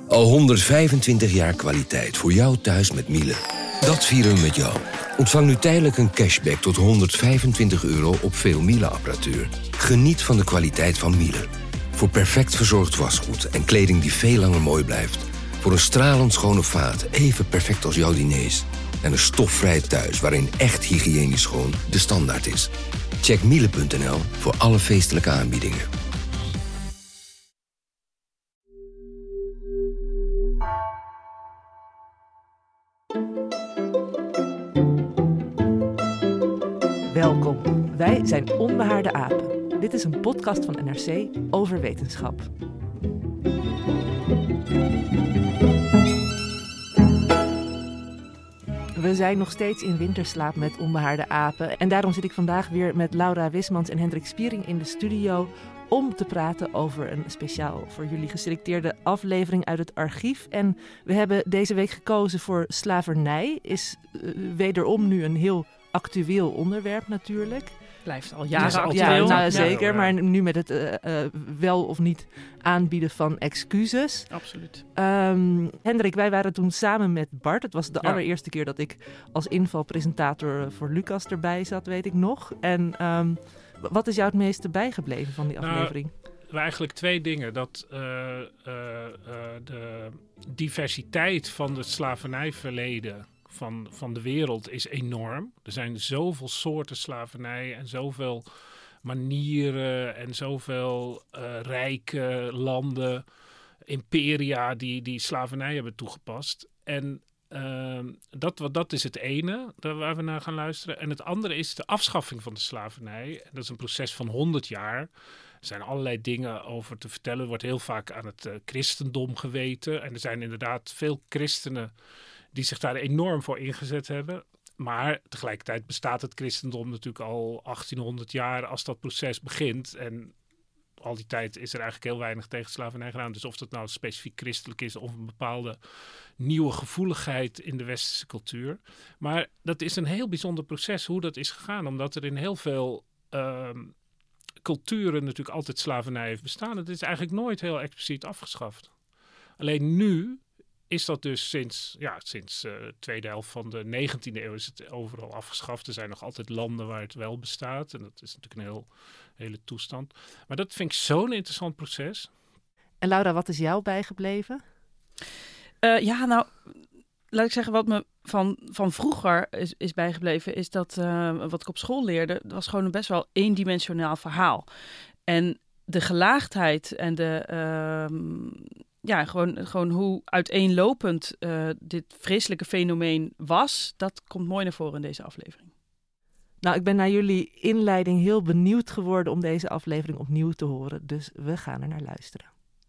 Al 125 jaar kwaliteit voor jou thuis met Miele. Dat vieren we met jou. Ontvang nu tijdelijk een cashback tot €125 op veel Miele-apparatuur. Geniet van de kwaliteit van Miele. Voor perfect verzorgd wasgoed en kleding die veel langer mooi blijft. Voor een stralend schone vaat, even perfect als jouw diners. En een stofvrij thuis waarin echt hygiënisch schoon de standaard is. Check miele.nl voor alle feestelijke aanbiedingen. Welkom, wij zijn Onbehaarde Apen. Dit is een podcast van NRC over wetenschap. We zijn nog steeds in winterslaap met Onbehaarde Apen. En daarom zit ik vandaag weer met Laura Wismans en Hendrik Spiering in de studio om te praten over een speciaal voor jullie geselecteerde aflevering uit het archief. En we hebben deze week gekozen voor slavernij. Is wederom nu een heel actueel onderwerp natuurlijk. Blijft al jaren actueel. Ja, zeker. Maar nu met het wel of niet aanbieden van excuses. Absoluut. Hendrik, wij waren toen samen met Bart. Het was de allereerste keer dat ik als invalpresentator voor Lucas erbij zat, weet ik nog. En wat is jou het meeste bijgebleven van die aflevering? Eigenlijk twee dingen. Dat de diversiteit van het slavernijverleden van de wereld is enorm. Er zijn zoveel soorten slavernij en zoveel manieren en zoveel rijke landen, imperia die slavernij hebben toegepast. En dat is het ene waar we naar gaan luisteren. En het andere is de afschaffing van de slavernij. Dat is een proces van 100 jaar. Er zijn allerlei dingen over te vertellen. Er wordt heel vaak aan het christendom geweten. En er zijn inderdaad veel christenen die zich daar enorm voor ingezet hebben. Maar tegelijkertijd bestaat het christendom natuurlijk al 1800 jaar als dat proces begint. En al die tijd is er eigenlijk heel weinig tegen slavernij gedaan. Dus of dat nou specifiek christelijk is of een bepaalde nieuwe gevoeligheid in de westerse cultuur. Maar dat is een heel bijzonder proces hoe dat is gegaan. Omdat er in heel veel culturen natuurlijk altijd slavernij heeft bestaan. Het is eigenlijk nooit heel expliciet afgeschaft. Alleen nu is dat dus sinds de tweede helft van de 19e eeuw is het overal afgeschaft. Er zijn nog altijd landen waar het wel bestaat. En dat is natuurlijk een hele toestand. Maar dat vind ik zo'n interessant proces. En Laura, wat is jou bijgebleven? Laat ik zeggen, wat me van vroeger is bijgebleven, is dat wat ik op school leerde, was gewoon een best wel eendimensionaal verhaal. En de gelaagdheid en de gewoon hoe uiteenlopend dit vreselijke fenomeen was, dat komt mooi naar voren in deze aflevering. Nou, ik ben naar jullie inleiding heel benieuwd geworden om deze aflevering opnieuw te horen. Dus we gaan er naar luisteren.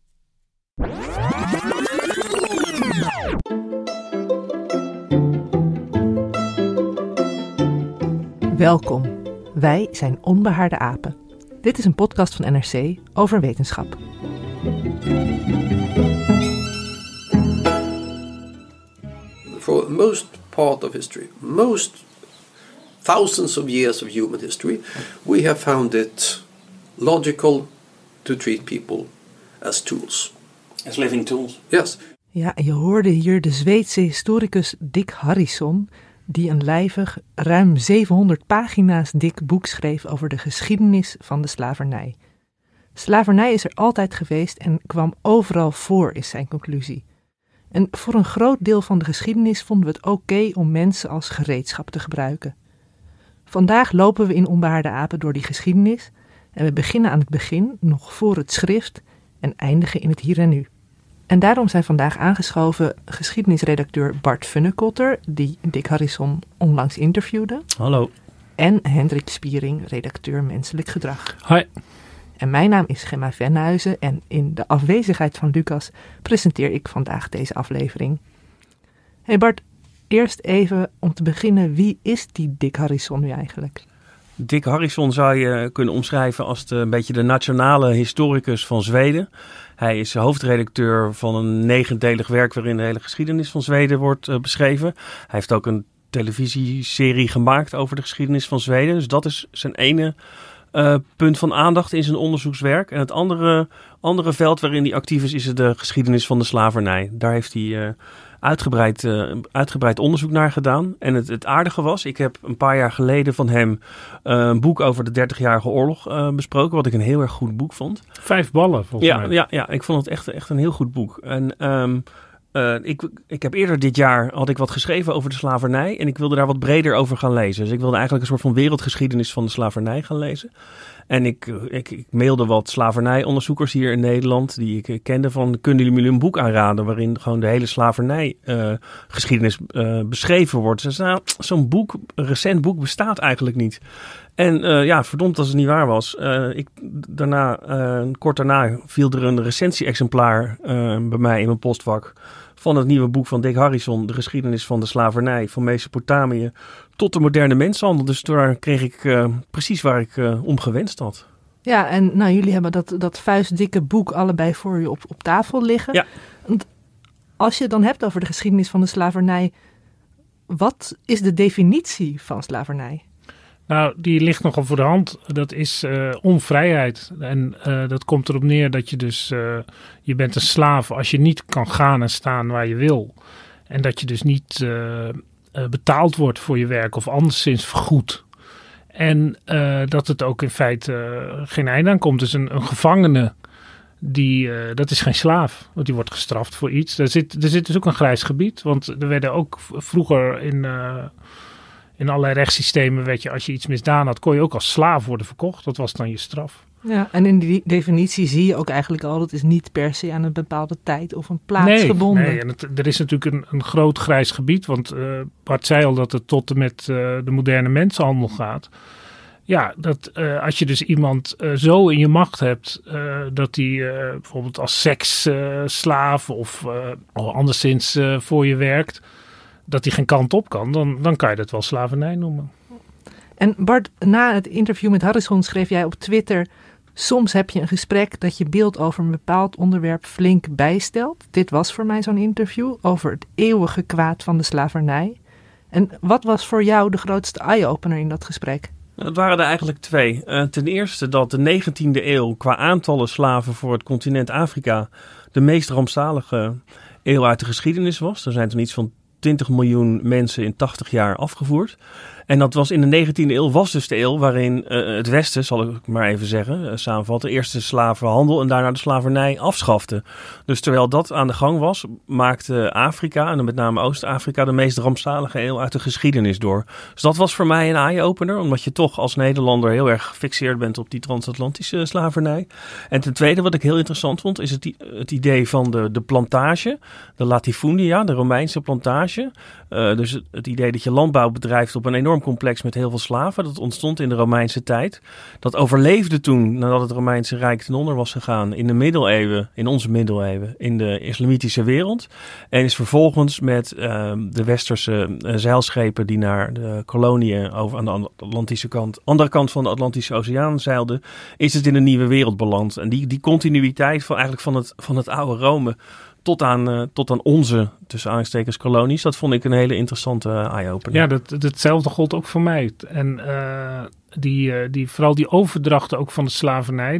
Welkom. Wij zijn Onbehaarde Apen. Dit is een podcast van NRC over wetenschap. For most part of history, most thousands of years of human history, we have found it logical to treat people as tools. As living tools? Yes. Ja, je hoorde hier de Zweedse historicus Dick Harrison, die een lijvig, ruim 700 pagina's dik boek schreef over de geschiedenis van de slavernij. Slavernij is er altijd geweest en kwam overal voor, is zijn conclusie. En voor een groot deel van de geschiedenis vonden we het oké om mensen als gereedschap te gebruiken. Vandaag lopen we in Onbehaarde Apen door die geschiedenis en we beginnen aan het begin, nog voor het schrift, en eindigen in het hier en nu. En daarom zijn vandaag aangeschoven geschiedenisredacteur Bart Funnekotter, die Dick Harrison onlangs interviewde. Hallo. En Hendrik Spiering, redacteur Menselijk Gedrag. Hoi. En mijn naam is Gemma Venhuizen en in de afwezigheid van Lucas presenteer ik vandaag deze aflevering. Hey Bart, eerst even om te beginnen, wie is die Dick Harrison nu eigenlijk? Dick Harrison zou je kunnen omschrijven als een beetje de nationale historicus van Zweden. Hij is hoofdredacteur van een 9-delig werk waarin de hele geschiedenis van Zweden wordt beschreven. Hij heeft ook een televisieserie gemaakt over de geschiedenis van Zweden. Dus dat is zijn ene punt van aandacht in zijn onderzoekswerk. En het andere veld waarin hij actief is de geschiedenis van de slavernij. Daar heeft hij uitgebreid onderzoek naar gedaan. En het aardige was, ik heb een paar jaar geleden van hem een boek over de 30-jarige oorlog besproken, wat ik een heel erg goed boek vond. 5 ballen volgens mij. Ja, ik vond het echt een heel goed boek. En ik heb eerder dit jaar had ik wat geschreven over de slavernij en ik wilde daar wat breder over gaan lezen. Dus ik wilde eigenlijk een soort van wereldgeschiedenis van de slavernij gaan lezen. En ik mailde wat slavernijonderzoekers hier in Nederland die ik kende van, kunnen jullie een boek aanraden waarin gewoon de hele slavernijgeschiedenis beschreven wordt. Dus zo'n boek, een recent boek bestaat eigenlijk niet. En verdomd als het niet waar was. Kort daarna viel er een recensie-exemplaar bij mij in mijn postvak van het nieuwe boek van Dick Harrison, De geschiedenis van de slavernij van Mesopotamië tot de moderne mensenhandel. Dus daar kreeg ik precies waar ik om gewenst had. Ja, en jullie hebben dat vuistdikke boek allebei voor je op tafel liggen. Ja. Als je het dan hebt over de geschiedenis van de slavernij, wat is de definitie van slavernij? Nou, die ligt nogal voor de hand. Dat is onvrijheid. En dat komt erop neer dat je dus, je bent een slaaf als je niet kan gaan en staan waar je wil. En dat je dus niet betaald wordt voor je werk of anderszins vergoed. En dat het ook in feite geen einde aan komt. Dus een gevangene, dat is geen slaaf. Want die wordt gestraft voor iets. Er zit dus ook een grijs gebied. Want er werden ook vroeger in allerlei rechtssystemen, weet je, als je iets misdaan had, kon je ook als slaaf worden verkocht. Dat was dan je straf. Ja, en in die definitie zie je ook eigenlijk al, dat is niet per se aan een bepaalde tijd of een plaats gebonden. Nee, en er is natuurlijk een groot grijs gebied, want Bart zei al dat het tot en met de moderne mensenhandel gaat. Ja, dat als je dus iemand zo in je macht hebt, dat hij bijvoorbeeld als seksslaaf of anderszins voor je werkt, dat hij geen kant op kan, dan kan je dat wel slavernij noemen. En Bart, na het interview met Harrison schreef jij op Twitter, soms heb je een gesprek dat je beeld over een bepaald onderwerp flink bijstelt. Dit was voor mij zo'n interview over het eeuwige kwaad van de slavernij. En wat was voor jou de grootste eye-opener in dat gesprek? Het waren er eigenlijk 2. Ten eerste dat de 19e eeuw qua aantallen slaven voor het continent Afrika de meest rampzalige eeuw uit de geschiedenis was. Er zijn toen iets van 20 miljoen mensen in 80 jaar afgevoerd. En dat was in de 19e eeuw, was dus de eeuw waarin het Westen, zal ik maar even zeggen, samenvatten, eerst de slavenhandel en daarna de slavernij afschafte. Dus terwijl dat aan de gang was, maakte Afrika, en met name Oost-Afrika, de meest rampzalige eeuw uit de geschiedenis door. Dus dat was voor mij een eye-opener, omdat je toch als Nederlander heel erg gefixeerd bent op die transatlantische slavernij. En ten tweede, wat ik heel interessant vond, is het idee van de plantage, de latifundia, de Romeinse plantage. Dus het idee dat je landbouw bedrijft op een enorm complex met heel veel slaven. Dat ontstond in de Romeinse tijd. Dat overleefde toen, nadat het Romeinse Rijk ten onder was gegaan, in de middeleeuwen, in onze middeleeuwen, in de islamitische wereld. En is vervolgens met de westerse zeilschepen die naar de koloniën over aan de Atlantische kant, andere kant van de Atlantische Oceaan zeilden, is het in een nieuwe wereld beland. En die continuïteit van het oude Rome tot aan onze, tussen aanstekens, kolonies. Dat vond ik een hele interessante eye-opener. Ja, hetzelfde gold ook voor mij. En vooral die overdrachten ook van de slavernij.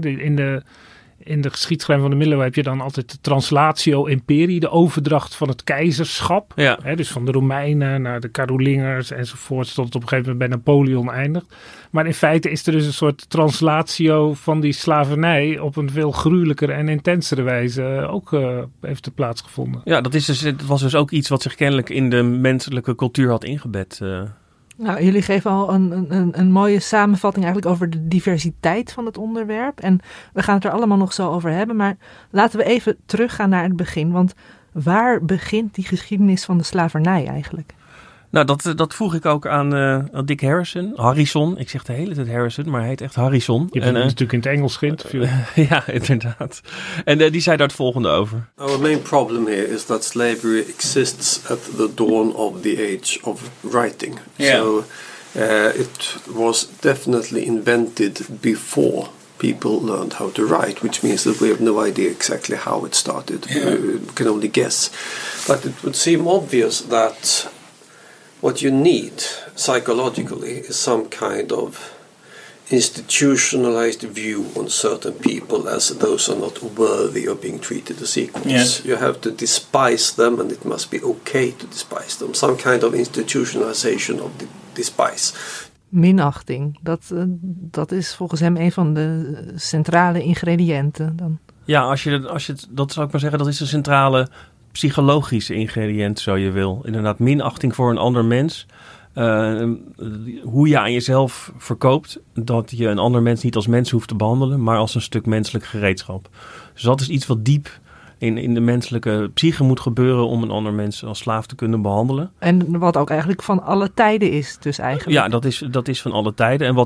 In de geschiedschrijving van de middeleeuwen heb je dan altijd de translatio imperii, de overdracht van het keizerschap. Ja. Dus van de Romeinen naar de Carolingers enzovoort, tot het op een gegeven moment bij Napoleon eindigt. Maar in feite is er dus een soort translatio van die slavernij op een veel gruwelijkere en intensere wijze ook heeft er plaatsgevonden. Ja, dat was dus ook iets wat zich kennelijk in de menselijke cultuur had ingebed. Nou, jullie geven al een mooie samenvatting eigenlijk over de diversiteit van het onderwerp. En we gaan het er allemaal nog zo over hebben. Maar laten we even teruggaan naar het begin. Want waar begint die geschiedenis van de slavernij eigenlijk? Nou, dat vroeg ik ook aan Dick Harrison. Ik zeg de hele tijd Harrison, maar hij heet echt Harrison. Je hebt natuurlijk in het Engels geïnterviewd. Ja, inderdaad. En die zei daar het volgende over. Our main problem here is that slavery exists at the dawn of the age of writing. Yeah. So it was definitely invented before people learned how to write, which means that we have no idea exactly how it started. Yeah. We can only guess. But it would seem obvious that what you need psychologically is some kind of institutionalized view on certain people as those are not worthy of being treated as equals. Yes. You have to despise them, and it must be okay to despise them. Some kind of institutionalization of the despise. Minachting, dat is volgens hem een van de centrale ingrediënten. Dan. Ja, als je het, dat zou ik maar zeggen, dat is een centrale psychologische ingrediënt, zo je wil. Inderdaad, minachting voor een ander mens. Hoe je aan jezelf verkoopt dat je een ander mens niet als mens hoeft te behandelen, maar als een stuk menselijk gereedschap. Dus dat is iets wat diep in de menselijke psyche moet gebeuren om een ander mens als slaaf te kunnen behandelen. En wat ook eigenlijk van alle tijden is, dus eigenlijk. Ja, dat is van alle tijden. En wat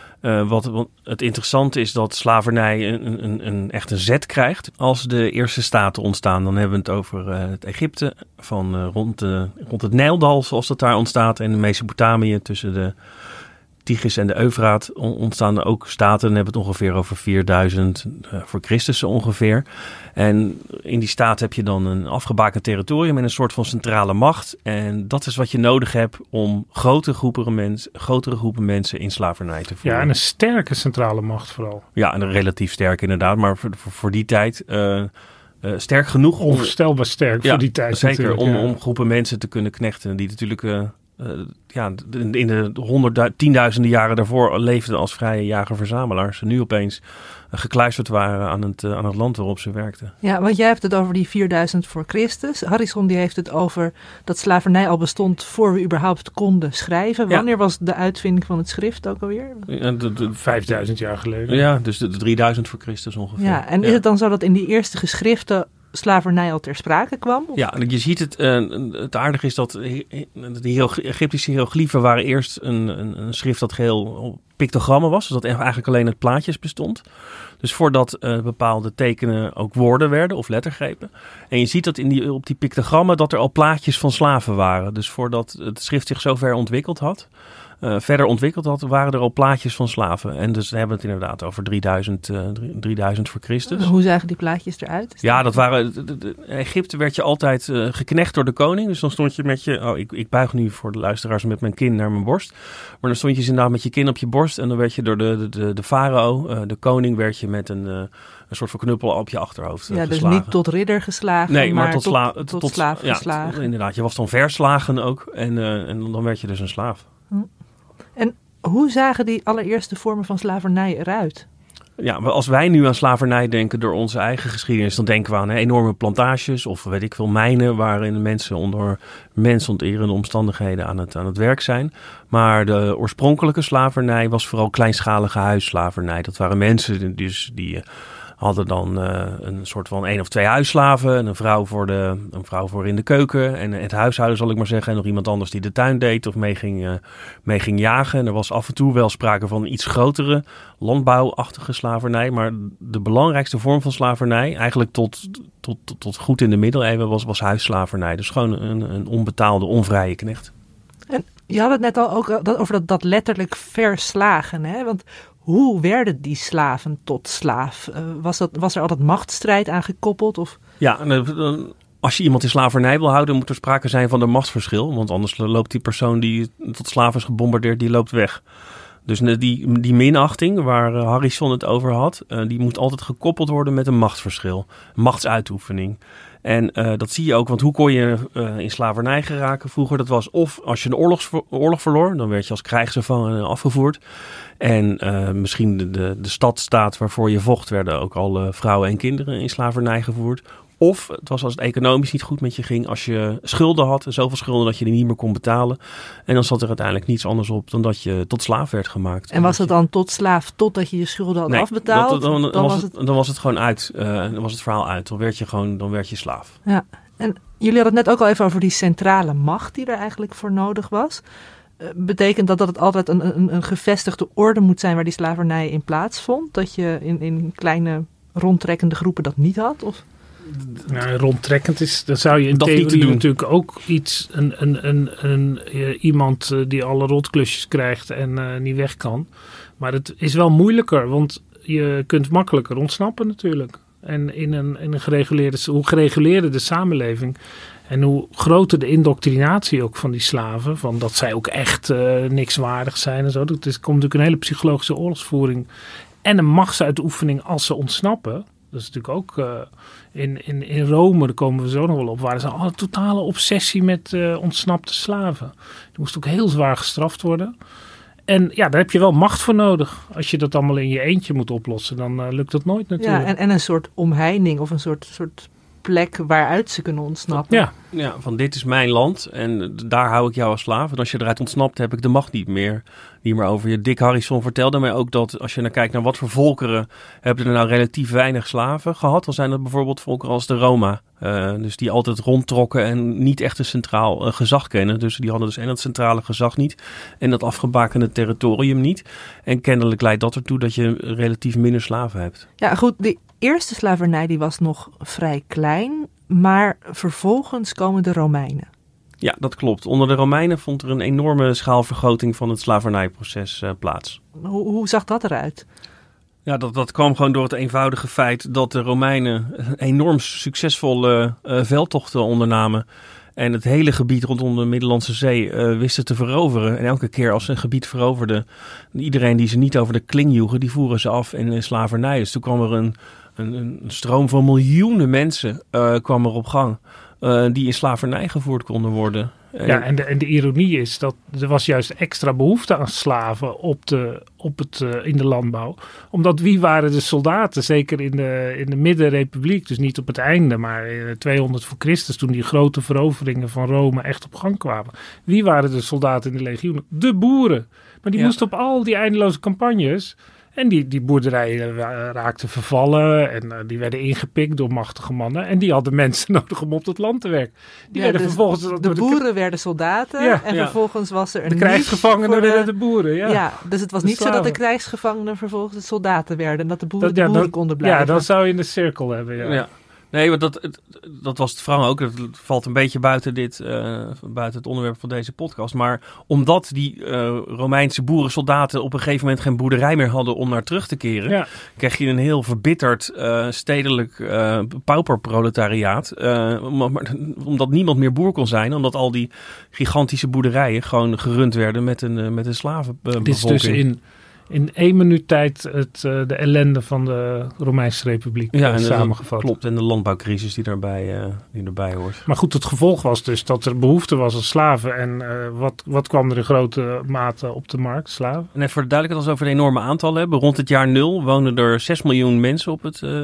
het interessante is dat slavernij echt een zet krijgt als de eerste staten ontstaan. Dan hebben we het over het Egypte van rond het Nijldal, zoals dat daar ontstaat, en de Mesopotamië tussen de Tigris en de Eufraat ontstaan er ook staten. Dan hebben we het ongeveer over 4000 voor Christus ongeveer. En in die staat heb je dan een afgebakend territorium en een soort van centrale macht. En dat is wat je nodig hebt om grotere groepen mensen in slavernij te voeren. Ja, en een sterke centrale macht vooral. Ja, en relatief sterk inderdaad. Maar voor die tijd sterk genoeg. Onvoorstelbaar sterk voor die tijd. Zeker, om groepen mensen te kunnen knechten. Die natuurlijk in de tienduizenden jaren daarvoor leefden als vrije jager-verzamelaars. En nu opeens gekluisterd waren aan het land waarop ze werkten. Ja, want jij hebt het over die 4000 voor Christus. Harrison die heeft het over dat slavernij al bestond voor we überhaupt konden schrijven. Wanneer was de uitvinding van het schrift ook alweer? 5000 jaar geleden. Ja, dus de 3000 voor Christus ongeveer. Ja, en is het dan zo dat in die eerste geschriften slavernij al ter sprake kwam? Of? Ja, je ziet het aardige is dat die Egyptische hiërogliefen waren eerst een schrift dat geheel pictogrammen was. Dus dat eigenlijk alleen uit plaatjes bestond. Dus voordat bepaalde tekenen ook woorden werden of lettergrepen. En je ziet dat op die pictogrammen dat er al plaatjes van slaven waren. Dus voordat het schrift zich zo verder ontwikkeld had, waren er al plaatjes van slaven. En dus we hebben het inderdaad over 3000 voor Christus. Hoe zagen die plaatjes eruit? Ja, dat waren. Egypte werd je altijd geknecht door de koning. Dus dan stond je met je. Ik buig nu voor de luisteraars met mijn kin naar mijn borst. Maar dan stond je inderdaad met je kin op je borst. En dan werd je door de farao, de koning, werd je met een soort van knuppel op je achterhoofd ja, geslagen. Dus niet tot ridder geslagen, nee, maar tot slaaf geslagen. Inderdaad, je was dan verslagen ook. En dan werd je dus een slaaf. En hoe zagen die allereerste vormen van slavernij eruit? Ja, als wij nu aan slavernij denken door onze eigen geschiedenis, dan denken we aan enorme plantages of weet ik veel mijnen waarin mensen onder mensonterende omstandigheden aan het werk zijn. Maar de oorspronkelijke slavernij was vooral kleinschalige huisslavernij. Dat waren mensen dus die hadden dan een soort van 1 of 2 huisslaven en een vrouw voor in de keuken en het huishouden zal ik maar zeggen en nog iemand anders die de tuin deed of mee ging jagen. En er was af en toe wel sprake van een iets grotere landbouwachtige slavernij, maar de belangrijkste vorm van slavernij eigenlijk tot goed in de middeleeuwen was huisslavernij. Dus gewoon een onbetaalde, onvrije knecht. En je had het net al ook over dat letterlijk verslagen, hè? Want hoe werden die slaven tot slaaf? Was er altijd machtsstrijd aan gekoppeld? Of? Ja, als je iemand in slavernij wil houden, moet er sprake zijn van een machtsverschil. Want anders loopt die persoon die tot slaaf is gebombardeerd, die loopt weg. Dus die minachting waar Harrison het over had, die moet altijd gekoppeld worden met een machtsverschil. Een machtsuitoefening. En dat zie je ook, want hoe kon je in slavernij geraken vroeger? Dat was of als je een oorlog verloor, dan werd je als krijgsgevangene afgevoerd. En misschien de stadstaat waarvoor je vocht, werden ook al vrouwen en kinderen in slavernij gevoerd. Of het was als het economisch niet goed met je ging, als je schulden had, zoveel schulden dat je die niet meer kon betalen. En dan zat er uiteindelijk niets anders op dan dat je tot slaaf werd gemaakt. En was het dan tot slaaf totdat je schulden had afbetaald? Dan was het gewoon uit. Dan was het verhaal uit. Dan werd je slaaf. Ja, en jullie hadden het net ook al even over die centrale macht die er eigenlijk voor nodig was. Betekent dat het altijd een gevestigde orde moet zijn waar die slavernij in plaatsvond? Dat je in kleine rondtrekkende groepen dat niet had? Of? Nou, rondtrekkend is, dan zou je in theorie natuurlijk ook iets, iemand die alle rotklusjes krijgt en niet weg kan. Maar het is wel moeilijker, want je kunt makkelijker ontsnappen natuurlijk. En in een gereguleerde, hoe gereguleerder de samenleving, En hoe groter de indoctrinatie ook van die slaven, van dat zij ook echt niks waardig zijn en zo. Dat komt natuurlijk een hele psychologische oorlogsvoering en een machtsuitoefening als ze ontsnappen. Dat is natuurlijk ook in Rome, daar komen we zo nog wel op, waren ze al een totale obsessie met ontsnapte slaven. Die moesten ook heel zwaar gestraft worden. En ja, daar heb je wel macht voor nodig. Als je dat allemaal in je eentje moet oplossen, dan lukt dat nooit natuurlijk. Ja, en een soort omheining of een soort plek waaruit ze kunnen ontsnappen. Ja, van dit is mijn land en daar hou ik jou als slaaf. En als je eruit ontsnapt, heb ik de macht niet meer over je. Dick Harrison vertelde mij ook dat als je naar kijkt naar wat voor volkeren hebben er nou relatief weinig slaven gehad. Dan zijn dat bijvoorbeeld volkeren als de Roma. Dus die altijd rondtrokken en niet echt een centraal gezag kennen. Dus die hadden dus en dat centrale gezag niet en dat afgebakende territorium niet. En kennelijk leidt dat ertoe dat je relatief minder slaven hebt. Ja, goed, de eerste slavernij die was nog vrij klein, maar vervolgens komen de Romeinen. Ja, dat klopt. Onder de Romeinen vond er een enorme schaalvergroting van het slavernijproces plaats. Hoe zag dat eruit? Ja, dat kwam gewoon door het eenvoudige feit dat de Romeinen enorm succesvolle veldtochten ondernamen. En het hele gebied rondom de Middellandse Zee wisten te veroveren. En elke keer als ze een gebied veroverden, iedereen die ze niet over de kling joegen, die voeren ze af in slavernij. Dus toen kwam er een stroom van miljoenen mensen kwam er op gang. Die in slavernij gevoerd konden worden. Ja, en de ironie is dat er was juist extra behoefte aan slaven in de landbouw. Omdat wie waren de soldaten, zeker in de middenrepubliek, dus niet op het einde, maar 200 voor Christus, toen die grote veroveringen van Rome echt op gang kwamen. Wie waren de soldaten in de legioenen? De boeren. Maar die moesten op al die eindeloze campagnes. En die boerderijen raakten vervallen en die werden ingepikt door machtige mannen. En die hadden mensen nodig om op het land te werken. Die werden dus vervolgens de boeren werden soldaten en vervolgens was er een de krijgsgevangenen werden de boeren. Ja, dus het was niet zo dat de krijgsgevangenen vervolgens de soldaten werden en dat de boeren konden blijven. Ja, dan zou je een cirkel hebben. Ja. Nee, maar dat was het verhaal ook. Dat valt een beetje buiten het onderwerp van deze podcast. Maar omdat die Romeinse boerensoldaten op een gegeven moment geen boerderij meer hadden om naar terug te keren, kreeg je een heel verbitterd stedelijk pauperproletariaat. Omdat niemand meer boer kon zijn, omdat al die gigantische boerderijen gewoon gerund werden met een slavenbevolking. Dit is dus in 1 minuut tijd de ellende van de Romeinse Republiek samengevat. Klopt, en de landbouwcrisis die erbij hoort. Maar goed, het gevolg was dus dat er behoefte was aan slaven. En wat kwam er in grote mate op de markt? Slaven. En even voor de duidelijkheid, als we over de enorme aantallen hebben. Rond het jaar 0 woonden er 6 miljoen mensen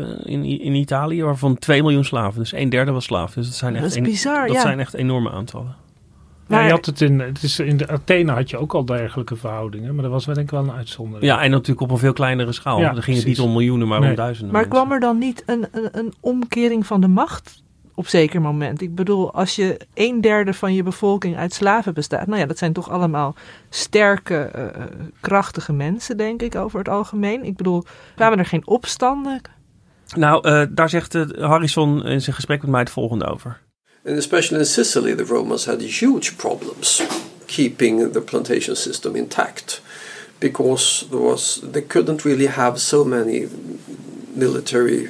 in Italië, waarvan 2 miljoen slaven. Dus 1/3 was slaaf. Dus dat is bizar, dat zijn echt enorme aantallen. Maar je had in de Athene had je ook al dergelijke verhoudingen, maar dat was denk ik wel een uitzondering. Ja, en natuurlijk op een veel kleinere schaal. Ja, dan ging het niet om miljoenen, maar om duizenden. Maar kwam er dan niet een omkering van de macht op zeker moment? Ik bedoel, als je 1/3 van je bevolking uit slaven bestaat, nou ja, dat zijn toch allemaal sterke, krachtige mensen, denk ik, over het algemeen. Ik bedoel, kwamen er geen opstanden? Nou, daar zegt Harrison in zijn gesprek met mij het volgende over. And especially in Sicily, the Romans had huge problems keeping the plantation system intact because they couldn't really have so many military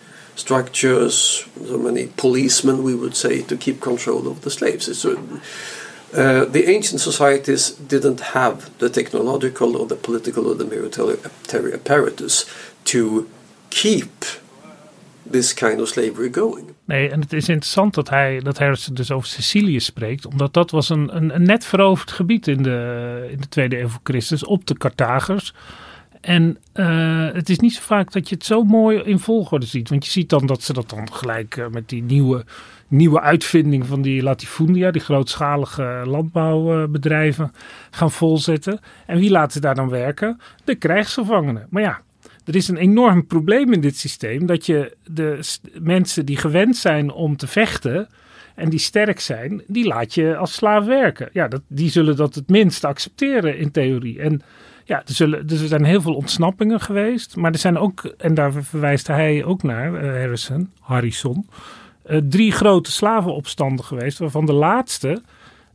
structures, so many policemen, we would say, to keep control of the slaves. The ancient societies didn't have the technological or the political or the military apparatus to keep this kind of slavery going. Nee, en het is interessant dat hij dus over Sicilië spreekt, omdat dat was een net veroverd gebied in de tweede eeuw voor Christus op de Carthagers. En het is niet zo vaak dat je het zo mooi in volgorde ziet, want je ziet dan dat ze dat dan gelijk met die nieuwe uitvinding van die latifundia, die grootschalige landbouwbedrijven, gaan volzetten. En wie laten ze daar dan werken? De krijgsgevangenen. Maar ja, er is een enorm probleem in dit systeem, dat je de mensen die gewend zijn om te vechten en die sterk zijn, die laat je als slaaf werken. Ja, die zullen dat het minst accepteren in theorie. En ja, er zijn heel veel ontsnappingen geweest, maar er zijn ook, en daar verwijst hij ook naar, Harrison, 3 grote slavenopstanden geweest, waarvan de laatste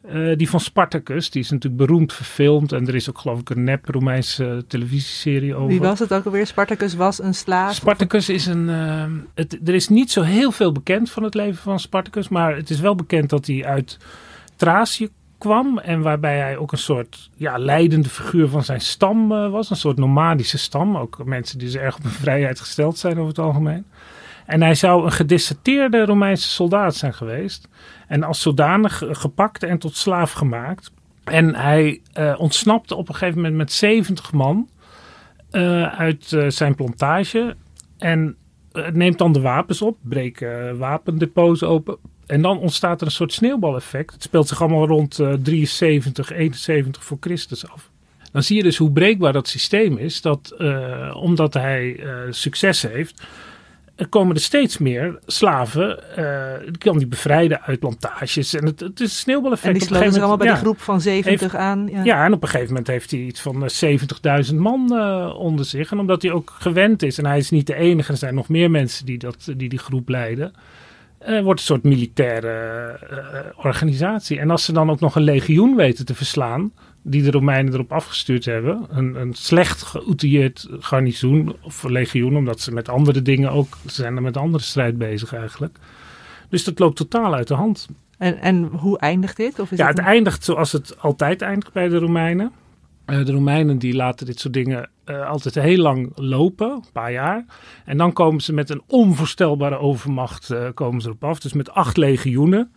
Die van Spartacus, die is natuurlijk beroemd verfilmd. En er is ook geloof ik een nep Romeinse televisieserie over. Wie was het ook alweer? Spartacus was een slaaf? Spartacus is er is niet zo heel veel bekend van het leven van Spartacus. Maar het is wel bekend dat hij uit Thracië kwam. En waarbij hij ook een soort leidende figuur van zijn stam was. Een soort nomadische stam. Ook mensen die dus erg op hun vrijheid gesteld zijn over het algemeen. En hij zou een gedeserteerde Romeinse soldaat zijn geweest. En als zodanig gepakt en tot slaaf gemaakt. En hij ontsnapte op een gegeven moment met 70 man uit zijn plantage. En neemt dan de wapens op, breken wapendepots open. En dan ontstaat er een soort sneeuwbaleffect. Het speelt zich allemaal rond 73, 71 voor Christus af. Dan zie je dus hoe breekbaar dat systeem is. Dat omdat hij succes heeft, er komen er steeds meer slaven. Die kan die bevrijden uit plantages. En het is een sneeuwbaleffect. En die sloten zich allemaal bij die groep van 70 aan. Ja, en op een gegeven moment heeft hij iets van 70.000 man onder zich. En omdat hij ook gewend is, en hij is niet de enige, er zijn nog meer mensen die groep leiden. Wordt een soort militaire organisatie. En als ze dan ook nog een legioen weten te verslaan, die de Romeinen erop afgestuurd hebben. Een slecht geoutilleerd garnizoen of legioen, omdat ze met andere dingen ook, ze zijn er met andere strijd bezig eigenlijk. Dus dat loopt totaal uit de hand. En hoe eindigt dit? Of is het eindigt zoals het altijd eindigt bij de Romeinen. De Romeinen die laten dit soort dingen altijd heel lang lopen, een paar jaar. En dan komen ze met een onvoorstelbare overmacht komen ze erop af. Dus met 8 legioenen.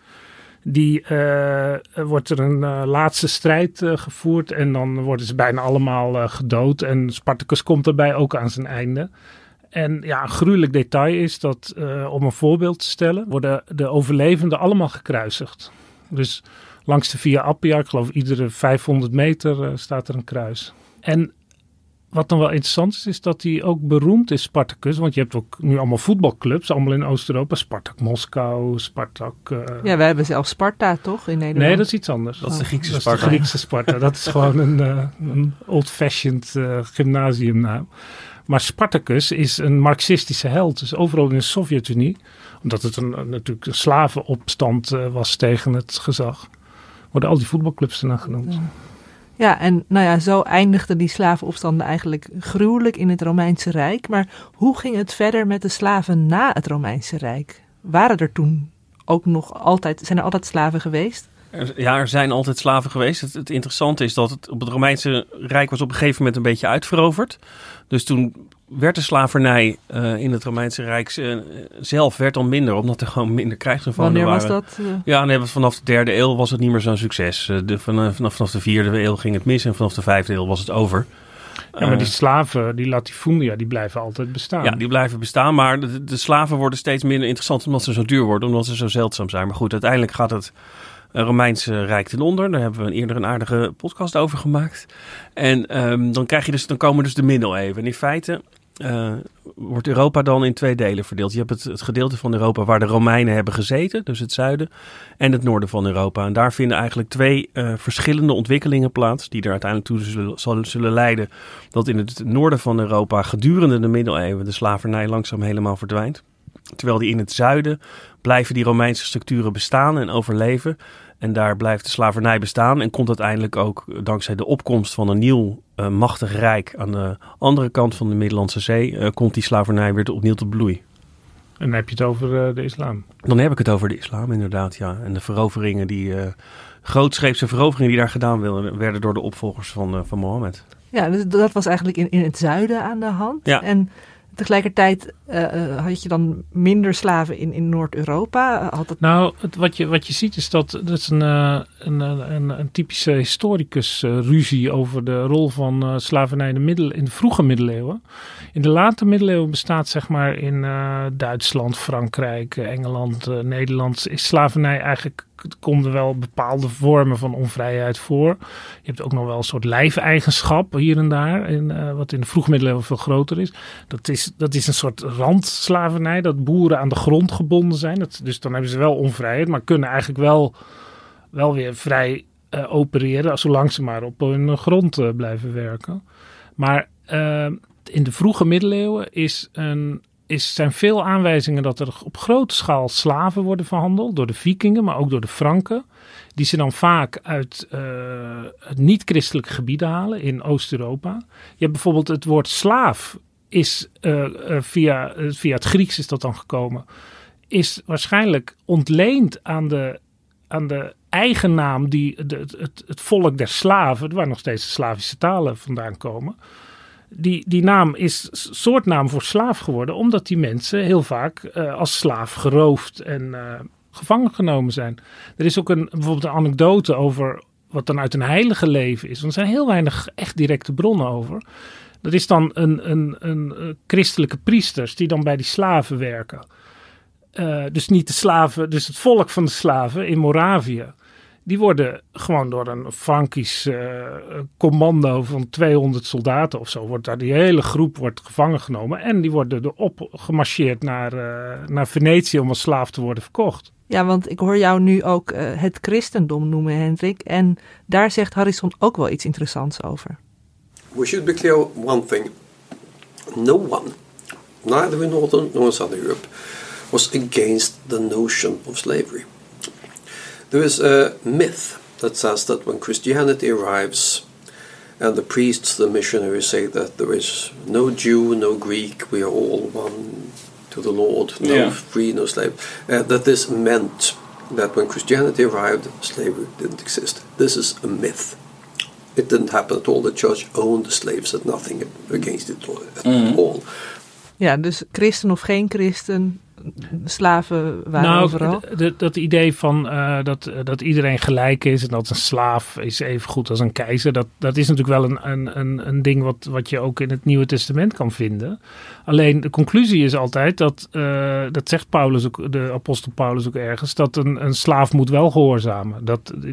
Wordt er een laatste strijd gevoerd en dan worden ze bijna allemaal gedood. En Spartacus komt daarbij ook aan zijn einde. En een gruwelijk detail is dat, om een voorbeeld te stellen, worden de overlevenden allemaal gekruisigd. Dus langs de Via Appia, ik geloof iedere 500 meter staat er een kruis. En wat dan wel interessant is dat hij ook beroemd is, Spartacus. Want je hebt ook nu allemaal voetbalclubs, allemaal in Oost-Europa. Spartak Moskou, Spartak... Ja, wij hebben zelfs Sparta, toch, in Nederland? Nee, dat is iets anders. Dat is de Griekse Sparta. Sparta. Dat is de Griekse Sparta. Dat is gewoon een old-fashioned gymnasiumnaam. Maar Spartacus is een marxistische held. Dus overal in de Sovjet-Unie, omdat het natuurlijk een slavenopstand was tegen het gezag, worden al die voetbalclubs ernaar genoemd. Ja, en zo eindigden die slavenopstanden eigenlijk gruwelijk in het Romeinse Rijk. Maar hoe ging het verder met de slaven na het Romeinse Rijk? Waren er toen ook nog altijd, zijn er altijd slaven geweest? Er zijn altijd slaven geweest. Het interessante is dat het op het Romeinse Rijk was op een gegeven moment een beetje uitveroverd. Dus toen werd de slavernij in het Romeinse Rijk zelf werd dan minder, omdat er gewoon minder krijgsgevangenen waren. Wanneer was dat? Ja, vanaf de 3e eeuw was het niet meer zo'n succes. Vanaf de 4e eeuw ging het mis en vanaf de 5e eeuw was het over. Ja, maar die slaven, die latifundia, die blijven altijd bestaan. Ja, die blijven bestaan, maar de slaven worden steeds minder interessant omdat ze zo duur worden, omdat ze zo zeldzaam zijn. Maar goed, uiteindelijk gaat het Romeinse Rijk ten onder. Daar hebben we eerder een aardige podcast over gemaakt. En dan komen dus de middeleeuwen. En in feite wordt Europa dan in 2 delen verdeeld. Je hebt het gedeelte van Europa waar de Romeinen hebben gezeten, dus het zuiden, en het noorden van Europa. En daar vinden eigenlijk 2 verschillende ontwikkelingen plaats, die er uiteindelijk toe zullen leiden dat in het noorden van Europa gedurende de middeleeuwen de slavernij langzaam helemaal verdwijnt. Terwijl die in het zuiden blijven die Romeinse structuren bestaan en overleven. En daar blijft de slavernij bestaan en komt uiteindelijk ook dankzij de opkomst van een nieuw machtig rijk aan de andere kant van de Middellandse Zee, komt die slavernij weer opnieuw tot bloei. En dan heb je het over de islam. Dan heb ik het over de islam inderdaad, ja. En de veroveringen grootscheepse veroveringen die daar gedaan werden door de opvolgers van Mohammed. Ja, dus dat was eigenlijk in het zuiden aan de hand. Ja. En tegelijkertijd had je dan minder slaven in Noord-Europa? Nou, wat je ziet is dat is een typische historicus-ruzie over de rol van slavernij in de vroege middeleeuwen. In de late middeleeuwen bestaat zeg maar in Duitsland, Frankrijk, Engeland, Nederland is slavernij eigenlijk, komen wel bepaalde vormen van onvrijheid voor. Je hebt ook nog wel een soort lijfeigenschap hier en daar, wat in de vroege middeleeuwen veel groter is. Dat is een soort randslavernij, dat boeren aan de grond gebonden zijn. Dus dan hebben ze wel onvrijheid, maar kunnen eigenlijk wel weer vrij opereren, zolang ze maar op hun grond blijven werken. Maar in de vroege middeleeuwen zijn veel aanwijzingen dat er op grote schaal slaven worden verhandeld. Door de Vikingen, maar ook door de Franken. Die ze dan vaak uit niet-christelijke gebieden halen in Oost-Europa. Je hebt bijvoorbeeld het woord slaaf. Is via het Grieks is dat dan gekomen. Is waarschijnlijk ontleend aan de eigen naam die het volk der slaven, waar nog steeds de Slavische talen vandaan komen. Die naam is soortnaam voor slaaf geworden, omdat die mensen heel vaak als slaaf geroofd en gevangen genomen zijn. Er is ook bijvoorbeeld een anekdote over wat dan uit een heilige leven is. Want er zijn heel weinig echt directe bronnen over. Dat is dan een christelijke priesters die dan bij die slaven werken. Dus niet de slaven, dus het volk van de slaven in Moravië. Die worden gewoon door een Frankisch commando van 200 soldaten of zo. Die hele groep wordt gevangen genomen. En die worden erop gemarcheerd naar Venetië om als slaaf te worden verkocht. Ja, want ik hoor jou nu ook het christendom noemen, Hendrik. En daar zegt Harrison ook wel iets interessants over. We should be clear one thing. No one, neither in Northern nor in Southern Europe, was against the notion of slavery. There is a myth that says that when Christianity arrives and the priests, the missionaries say that there is no Jew, no Greek, we are all one to the Lord, no free, no slave, that this meant that when Christianity arrived, slavery didn't exist. This is a myth. It didn't happen at all. The church owned the slaves, had nothing against it at all. Ja, dus christen of geen christen, slaven waren overal. Dat idee van dat iedereen gelijk is en dat een slaaf is even goed als een keizer. Dat is natuurlijk wel een ding wat je ook in het Nieuwe Testament kan vinden. Alleen de conclusie is altijd dat zegt Paulus ook, de apostel Paulus ook ergens, dat een slaaf moet wel gehoorzamen.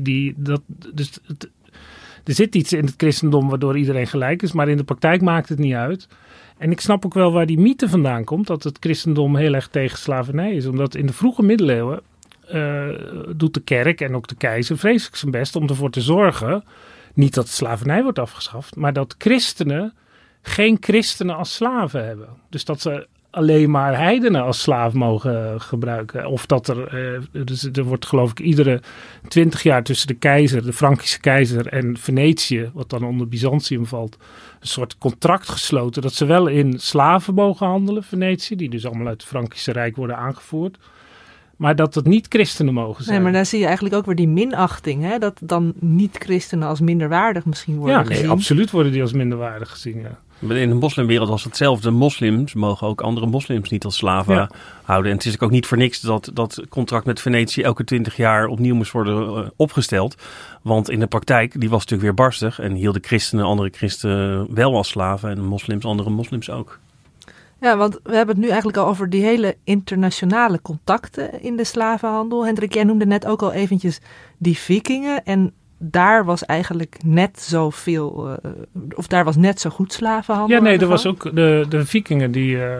Er zit iets in het christendom waardoor iedereen gelijk is, maar in de praktijk maakt het niet uit. En ik snap ook wel waar die mythe vandaan komt, dat het christendom heel erg tegen slavernij is. Omdat in de vroege middeleeuwen doet de kerk en ook de keizer vreselijk zijn best om ervoor te zorgen, niet dat de slavernij wordt afgeschaft, maar dat christenen geen christenen als slaven hebben. Dus dat ze alleen maar heidenen als slaaf mogen gebruiken. Of dat er wordt geloof ik iedere 20 jaar tussen de keizer, de Frankische keizer en Venetië, wat dan onder Byzantium valt, een soort contract gesloten dat ze wel in slaven mogen handelen, Venetië, die dus allemaal uit het Frankische Rijk worden aangevoerd. Maar dat het niet christenen mogen zijn. Nee, maar daar zie je eigenlijk ook weer die minachting. Hè? Dat dan niet-christenen als minderwaardig misschien worden gezien. Ja, absoluut worden die als minderwaardig gezien, ja. In de moslimwereld was hetzelfde. Moslims mogen ook andere moslims niet als slaven houden. En het is ook niet voor niks dat contract met Venetië elke 20 jaar opnieuw moest worden opgesteld. Want in de praktijk, die was natuurlijk weer barstig. En hielden christenen andere christenen wel als slaven en moslims andere moslims ook. Ja, want we hebben het nu eigenlijk al over die hele internationale contacten in de slavenhandel. Hendrik, jij noemde net ook al eventjes die Vikingen. En daar was eigenlijk net zoveel, of daar was net zo goed slavenhandel. Ja, nee, er was ook de Vikingen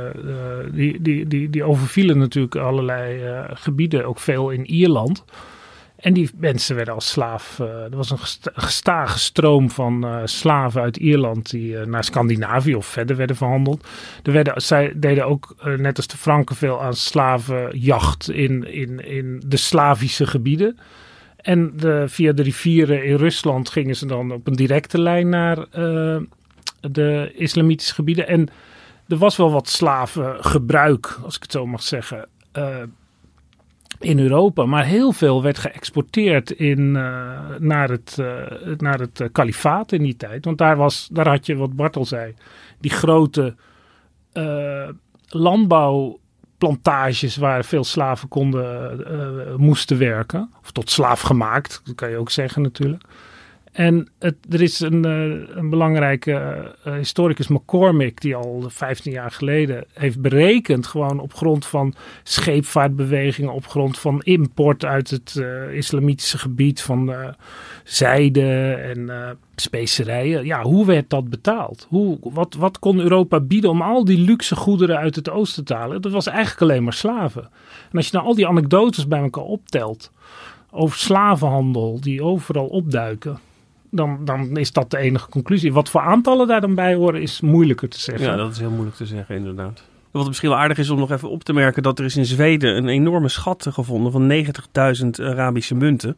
die overvielen natuurlijk allerlei gebieden, ook veel in Ierland. En die mensen werden als slaaf. Er was een gestage stroom van slaven uit Ierland die naar Scandinavië of verder werden verhandeld. Zij deden ook, net als de Franken, veel aan slavenjacht in de Slavische gebieden. En via de rivieren in Rusland gingen ze dan op een directe lijn naar de islamitische gebieden. En er was wel wat slavengebruik, als ik het zo mag zeggen, in Europa. Maar heel veel werd geëxporteerd naar het kalifaat in die tijd. Want daar had je, wat Bart al zei, die grote landbouwplantages waar veel slaven moesten werken. Of tot slaaf gemaakt, dat kan je ook zeggen natuurlijk. En er is een belangrijke historicus, McCormick, die al 15 jaar geleden heeft berekend, gewoon op grond van scheepvaartbewegingen, op grond van import uit het islamitische gebied van zijde en specerijen. Ja, hoe werd dat betaald? Wat kon Europa bieden om al die luxe goederen uit het oosten te halen? Dat was eigenlijk alleen maar slaven. En als je nou al die anekdotes bij elkaar optelt over slavenhandel die overal opduiken, dan is dat de enige conclusie. Wat voor aantallen daar dan bij horen is moeilijker te zeggen. Ja, dat is heel moeilijk te zeggen inderdaad. Wat misschien wel aardig is om nog even op te merken, dat er is in Zweden een enorme schat gevonden van 90.000 Arabische munten.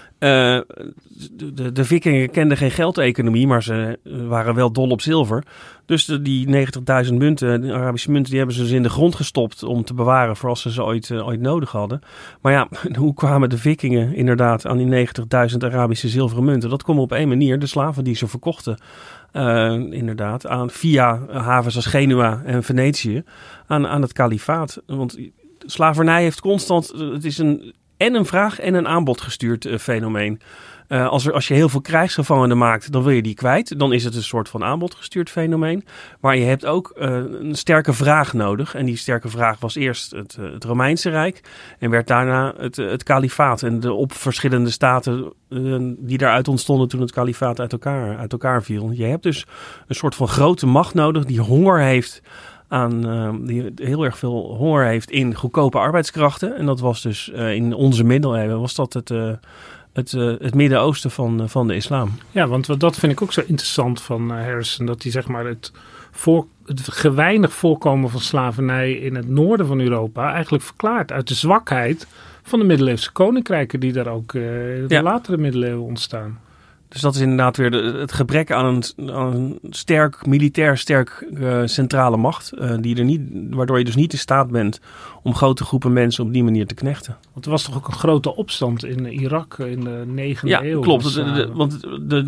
De vikingen kenden geen geldeconomie, maar ze waren wel dol op zilver. Dus die 90.000 munten, de Arabische munten, die hebben ze dus in de grond gestopt om te bewaren voor als ze ooit nodig hadden. Maar ja, hoe kwamen de vikingen inderdaad aan die 90.000 Arabische zilveren munten? Dat kwam op één manier, de slaven die ze verkochten. Inderdaad, via havens als Genua en Venetië aan het kalifaat. Want slavernij heeft constant, het is een vraag en een aanbod gestuurd fenomeen. Als je heel veel krijgsgevangenen maakt, dan wil je die kwijt. Dan is het een soort van aanbodgestuurd fenomeen. Maar je hebt ook een sterke vraag nodig. En die sterke vraag was eerst het Romeinse Rijk. En werd daarna het kalifaat. En de op verschillende staten die daaruit ontstonden toen het kalifaat uit elkaar viel. Je hebt dus een soort van grote macht nodig die honger heeft die heel erg veel honger heeft in goedkope arbeidskrachten. En dat was dus in onze middeleeuwen was dat het Midden-Oosten van de islam. Ja, want dat vind ik ook zo interessant van Harrison. Dat hij zeg maar het geweinig voorkomen van slavernij in het noorden van Europa eigenlijk verklaart uit de zwakheid van de middeleeuwse koninkrijken die daar ook in de latere middeleeuwen ontstaan. Dus dat is inderdaad weer het gebrek aan een militair sterk centrale macht. Waardoor je dus niet in staat bent om grote groepen mensen op die manier te knechten. Want er was toch ook een grote opstand in Irak in de 9e eeuw? Ja, klopt. Want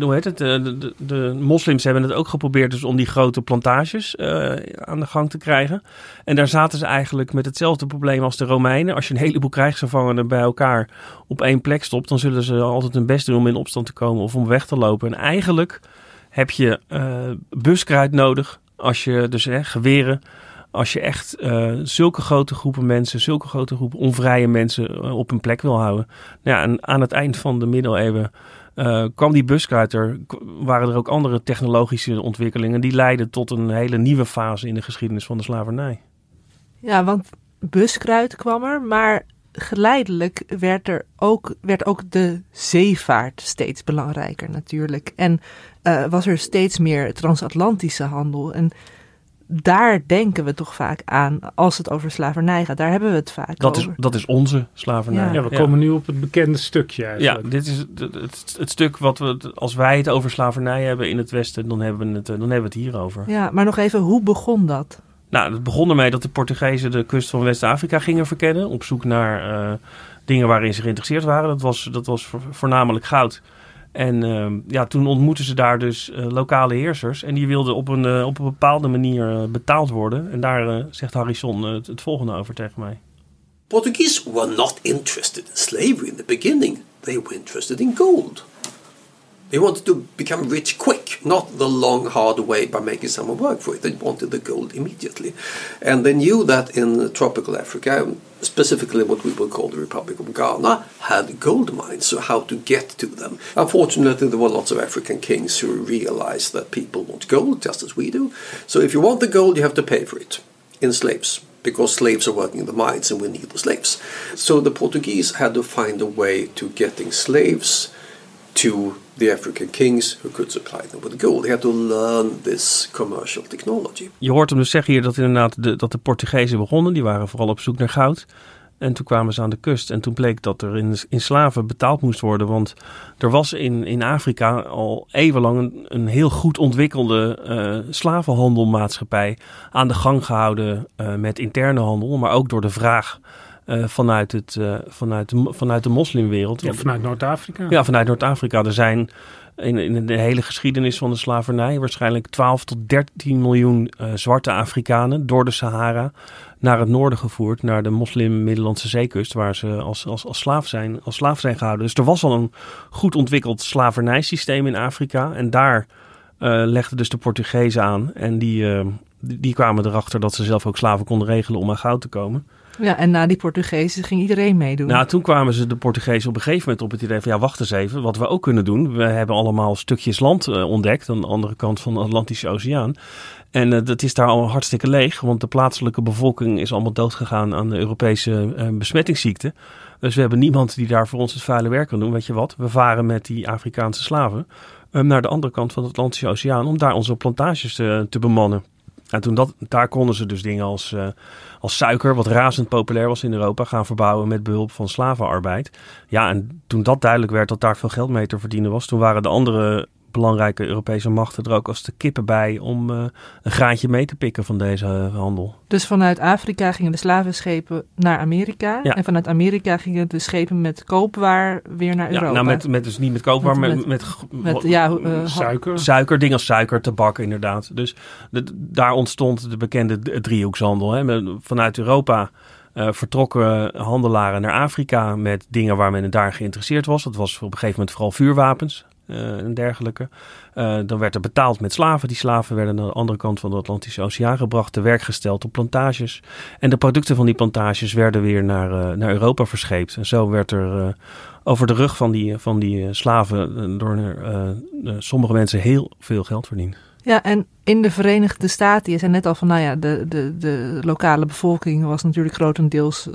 de moslims hebben het ook geprobeerd dus om die grote plantages aan de gang te krijgen. En daar zaten ze eigenlijk met hetzelfde probleem als de Romeinen. Als je een heleboel krijgsgevangenen bij elkaar op één plek stopt, dan zullen ze altijd hun best doen om in opstand te komen of om weg te lopen. En eigenlijk heb je buskruid nodig als je dus geweren. Als je echt zulke grote groepen mensen, zulke grote groepen onvrije mensen op hun plek wil houden. Ja, en aan het eind van de middeleeuwen kwam die buskruid waren er ook andere technologische ontwikkelingen die leidden tot een hele nieuwe fase in de geschiedenis van de slavernij. Ja, want buskruid kwam er, maar geleidelijk werd ook de zeevaart steeds belangrijker natuurlijk. En was er steeds meer transatlantische handel. En daar denken we toch vaak aan als het over slavernij gaat. Daar hebben we het vaak over. Dat is onze slavernij. Ja, we komen nu op het bekende stukje eigenlijk. Ja, dit is het stuk wat als wij het over slavernij hebben in het Westen, dan hebben we het hierover. Ja, maar nog even, hoe begon dat? Nou, het begon ermee dat de Portugezen de kust van West-Afrika gingen verkennen. Op zoek naar dingen waarin ze geïnteresseerd waren. Dat was voornamelijk goud. En toen ontmoetten ze daar dus lokale heersers. En die wilden op een bepaalde manier betaald worden. En daar zegt Harrison het volgende over tegen mij. Portuguese were not interested in slavery in the beginning. They were interested in gold. They wanted to become rich quick, not the long, hard way by making someone work for it. They wanted the gold immediately. And they knew that in tropical Africa, specifically what we will call the Republic of Ghana, had gold mines, so how to get to them. Unfortunately, there were lots of African kings who realized that people want gold, just as we do. So if you want the gold, you have to pay for it in slaves, because slaves are working in the mines and we need the slaves. So the Portuguese had to find a way to getting slaves to the African kings who could supply them with gold. They had to learn this commercial technology. Je hoort hem dus zeggen hier dat inderdaad dat de Portugezen begonnen. Die waren vooral op zoek naar goud. En toen kwamen ze aan de kust. En toen bleek dat er in slaven betaald moest worden. Want er was in Afrika al eeuwenlang een heel goed ontwikkelde slavenhandelmaatschappij aan de gang gehouden met interne handel. Maar ook door de vraag vanuit de moslimwereld. Ja, vanuit Noord-Afrika. Ja, vanuit Noord-Afrika. Er zijn in de hele geschiedenis van de slavernij waarschijnlijk 12 tot 13 miljoen zwarte Afrikanen door de Sahara naar het noorden gevoerd, naar de moslim-Middellandse zeekust, waar ze als slaaf zijn gehouden. Dus er was al een goed ontwikkeld slavernijsysteem in Afrika. En daar legden dus de Portugezen aan. En die kwamen erachter dat ze zelf ook slaven konden regelen om aan goud te komen. Ja, en na die Portugezen ging iedereen meedoen. Nou, toen kwamen ze de Portugezen op een gegeven moment op het idee van ja, wacht eens even, wat we ook kunnen doen. We hebben allemaal stukjes land ontdekt aan de andere kant van de Atlantische Oceaan. En dat is daar al hartstikke leeg, want de plaatselijke bevolking is allemaal doodgegaan aan de Europese besmettingsziekten. Dus we hebben niemand die daar voor ons het vuile werk kan doen. Weet je wat, we varen met die Afrikaanse slaven naar de andere kant van de Atlantische Oceaan om daar onze plantages te bemannen. En daar konden ze dus dingen als suiker, wat razend populair was in Europa, gaan verbouwen met behulp van slavenarbeid. Ja, en toen dat duidelijk werd dat daar veel geld mee te verdienen was, toen waren de andere belangrijke Europese machten er ook als de kippen bij om een graantje mee te pikken van deze handel. Dus vanuit Afrika gingen de slavenschepen naar Amerika. Ja. En vanuit Amerika gingen de schepen met koopwaar weer naar Europa. Nou, dus niet met koopwaar, met suiker. Suiker, dingen als suiker, tabak inderdaad. Dus daar ontstond de bekende driehoekshandel. Hè. Vanuit Europa vertrokken handelaren naar Afrika met dingen waar men daar geïnteresseerd was. Dat was op een gegeven moment vooral vuurwapens. En dergelijke. Dan werd er betaald met slaven. Die slaven werden naar de andere kant van de Atlantische Oceaan gebracht, te werk gesteld op plantages. En de producten van die plantages werden weer naar Europa verscheept. En zo werd er over de rug van die slaven door sommige mensen heel veel geld verdiend. Ja, en in de Verenigde Staten, je zei net al van, de lokale bevolking was natuurlijk grotendeels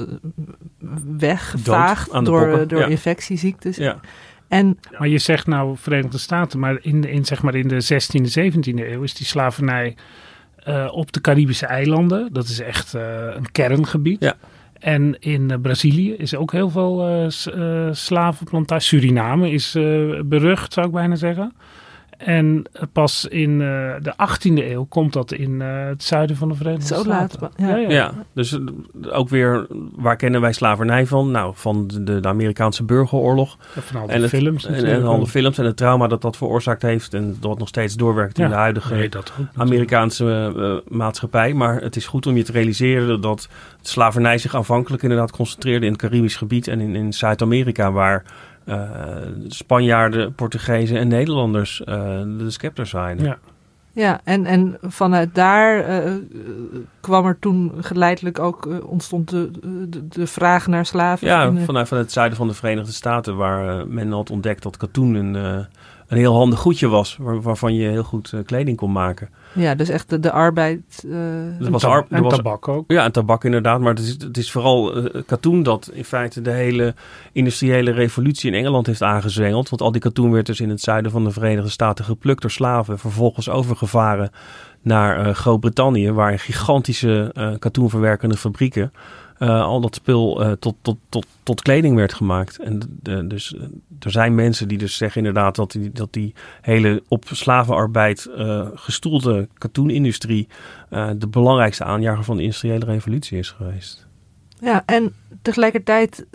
weggevaagd door infectieziektes. Ja. Maar je zegt nou Verenigde Staten, maar in de 16e, 17e eeuw is die slavernij op de Caribische eilanden. Dat is echt een kerngebied. Ja. En in Brazilië is ook heel veel slavenplantages. Suriname is berucht, zou ik bijna zeggen. En pas in de 18e eeuw komt dat in het zuiden van de Verenigde Staten. Zo laat. Ja, dus ook weer, waar kennen wij slavernij van? Nou, van de Amerikaanse burgeroorlog. Ja, van al die films. En al de films en het trauma dat veroorzaakt heeft. En dat nog steeds doorwerkt in de huidige Amerikaanse maatschappij. Maar het is goed om je te realiseren dat slavernij zich aanvankelijk inderdaad concentreerde in het Caribisch gebied en in Zuid-Amerika, waar Spanjaarden, Portugezen en Nederlanders de scepter zwaaiden. Ja, en vanuit daar kwam er toen geleidelijk ook ontstond de vraag naar slaven. Ja, vanuit het zuiden van de Verenigde Staten, waar men had ontdekt dat katoen een heel handig goedje was, waarvan je heel goed kleding kon maken. Ja, dus echt de arbeid. En tabak ook. Ja, en tabak inderdaad. Maar het is vooral katoen dat in feite de hele industriële revolutie in Engeland heeft aangezwengeld. Want al die katoen werd dus in het zuiden van de Verenigde Staten geplukt door slaven. Vervolgens overgevaren naar Groot-Brittannië, waar gigantische katoenverwerkende fabrieken al dat spul tot kleding werd gemaakt. En dus er zijn mensen die dus zeggen inderdaad dat die hele op slavenarbeid gestoelde katoenindustrie de belangrijkste aanjager van de industriële revolutie is geweest. Ja, en tegelijkertijd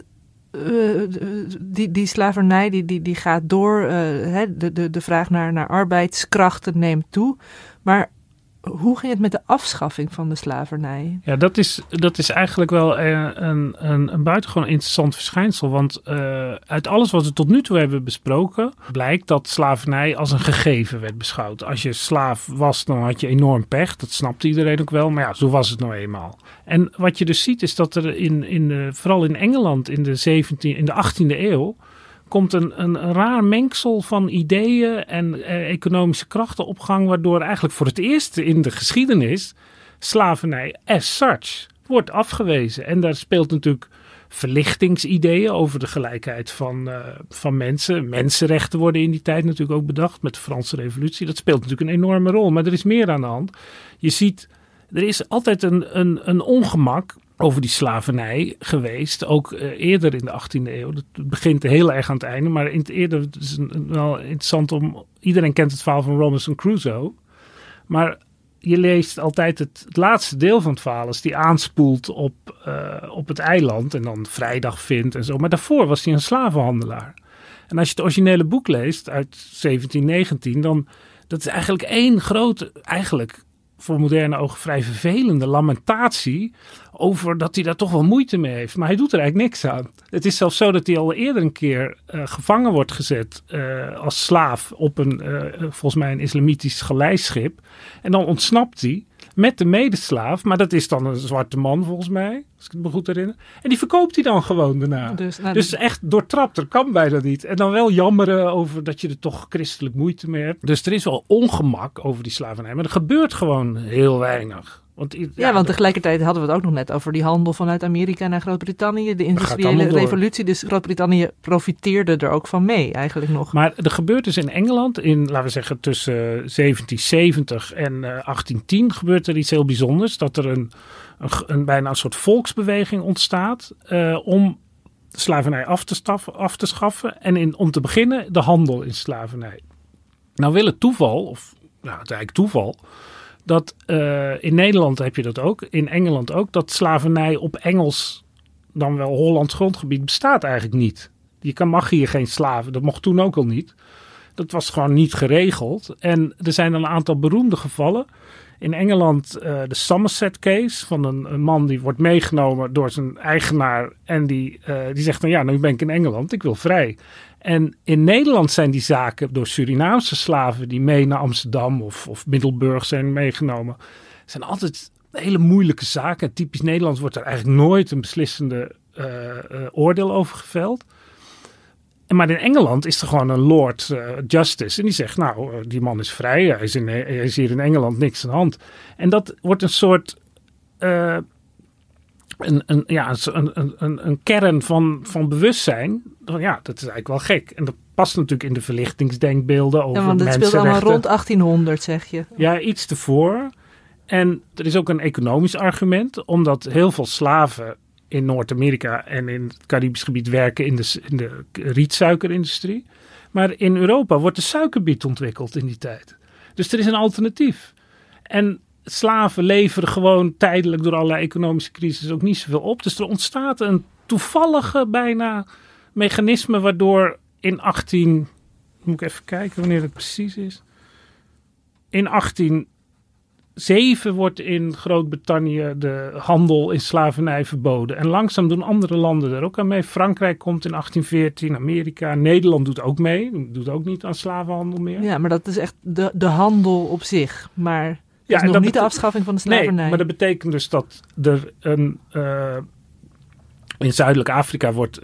die slavernij die gaat door. De vraag naar arbeidskrachten neemt toe. Maar hoe ging het met de afschaffing van de slavernij? Ja, dat is eigenlijk wel een buitengewoon interessant verschijnsel. Want uit alles wat we tot nu toe hebben besproken, blijkt dat slavernij als een gegeven werd beschouwd. Als je slaaf was, dan had je enorm pech. Dat snapte iedereen ook wel. Maar ja, zo was het nou eenmaal. En wat je dus ziet is dat er vooral in Engeland in de 18e eeuw komt een raar mengsel van ideeën en economische krachtenopgang, waardoor eigenlijk voor het eerst in de geschiedenis slavernij as such wordt afgewezen. En daar speelt natuurlijk verlichtingsideeën over de gelijkheid van mensen. Mensenrechten worden in die tijd natuurlijk ook bedacht met de Franse Revolutie. Dat speelt natuurlijk een enorme rol, maar er is meer aan de hand. Je ziet, er is altijd een ongemak over die slavernij geweest, ook eerder in de 18e eeuw. Dat begint heel erg aan het einde, maar eerder het is wel interessant iedereen kent het verhaal van Robinson Crusoe, maar je leest altijd het laatste deel van het verhaal als die aanspoelt op het eiland en dan vrijdag vindt en zo. Maar daarvoor was hij een slavenhandelaar. En als je het originele boek leest uit 1719, dan dat is eigenlijk één grote, eigenlijk voor moderne ogen vrij vervelende lamentatie over dat hij daar toch wel moeite mee heeft. Maar hij doet er eigenlijk niks aan. Het is zelfs zo dat hij al eerder een keer gevangen wordt gezet als slaaf op volgens mij een islamitisch galeischip. En dan ontsnapt hij met de medeslaaf. Maar dat is dan een zwarte man volgens mij, als ik het me goed herinner. En die verkoopt hij dan gewoon daarna. Dus echt doortrapt, er kan bijna niet. En dan wel jammeren over dat je er toch christelijk moeite mee hebt. Dus er is wel ongemak over die slavernij. Maar er gebeurt gewoon heel weinig. Want tegelijkertijd hadden we het ook nog net over die handel vanuit Amerika naar Groot-Brittannië, de industriële revolutie. Dus Groot-Brittannië profiteerde er ook van mee eigenlijk nog. Maar er gebeurt dus in Engeland, laten we zeggen tussen 1770 en 1810 gebeurt er iets heel bijzonders. Dat er bijna een soort volksbeweging ontstaat om de slavernij af te schaffen en om te beginnen de handel in slavernij. Nou wil het toeval, het is eigenlijk toeval, dat in Nederland heb je dat ook, in Engeland ook, dat slavernij op Engels, dan wel Hollands grondgebied, bestaat eigenlijk niet. Je mag hier geen slaven, dat mocht toen ook al niet. Dat was gewoon niet geregeld. En er zijn dan een aantal beroemde gevallen. In Engeland de Somerset case van een man die wordt meegenomen door zijn eigenaar en die zegt dan nu ben ik in Engeland, ik wil vrij. En in Nederland zijn die zaken door Surinaamse slaven die mee naar Amsterdam of Middelburg zijn meegenomen. Het zijn altijd hele moeilijke zaken. Typisch Nederlands wordt er eigenlijk nooit een beslissende oordeel over geveld. Maar in Engeland is er gewoon een Lord Justice. En die zegt, die man is vrij. Hij is hier in Engeland niks aan de hand. En dat wordt een soort een kern van bewustzijn. Dat is eigenlijk wel gek. En dat past natuurlijk in de verlichtingsdenkbeelden over want het speelt allemaal rond 1800, zeg je. Ja, iets tevoor. En er is ook een economisch argument. Omdat heel veel slaven in Noord-Amerika en in het Caribisch gebied werken in de rietsuikerindustrie. Maar in Europa wordt de suikerbiet ontwikkeld in die tijd. Dus er is een alternatief. En slaven leveren gewoon tijdelijk door allerlei economische crisis ook niet zoveel op. Dus er ontstaat een toevallige bijna mechanisme waardoor moet ik even kijken wanneer het precies is. In 1807 wordt in Groot-Brittannië de handel in slavernij verboden. En langzaam doen andere landen er ook aan mee. Frankrijk komt in 1814, Amerika, Nederland doet ook mee. Doet ook niet aan slavenhandel meer. Ja, maar dat is echt de handel op zich. Maar dat is nog niet de afschaffing van de slavernij. Nee, maar dat betekent dus dat er in Zuidelijk Afrika wordt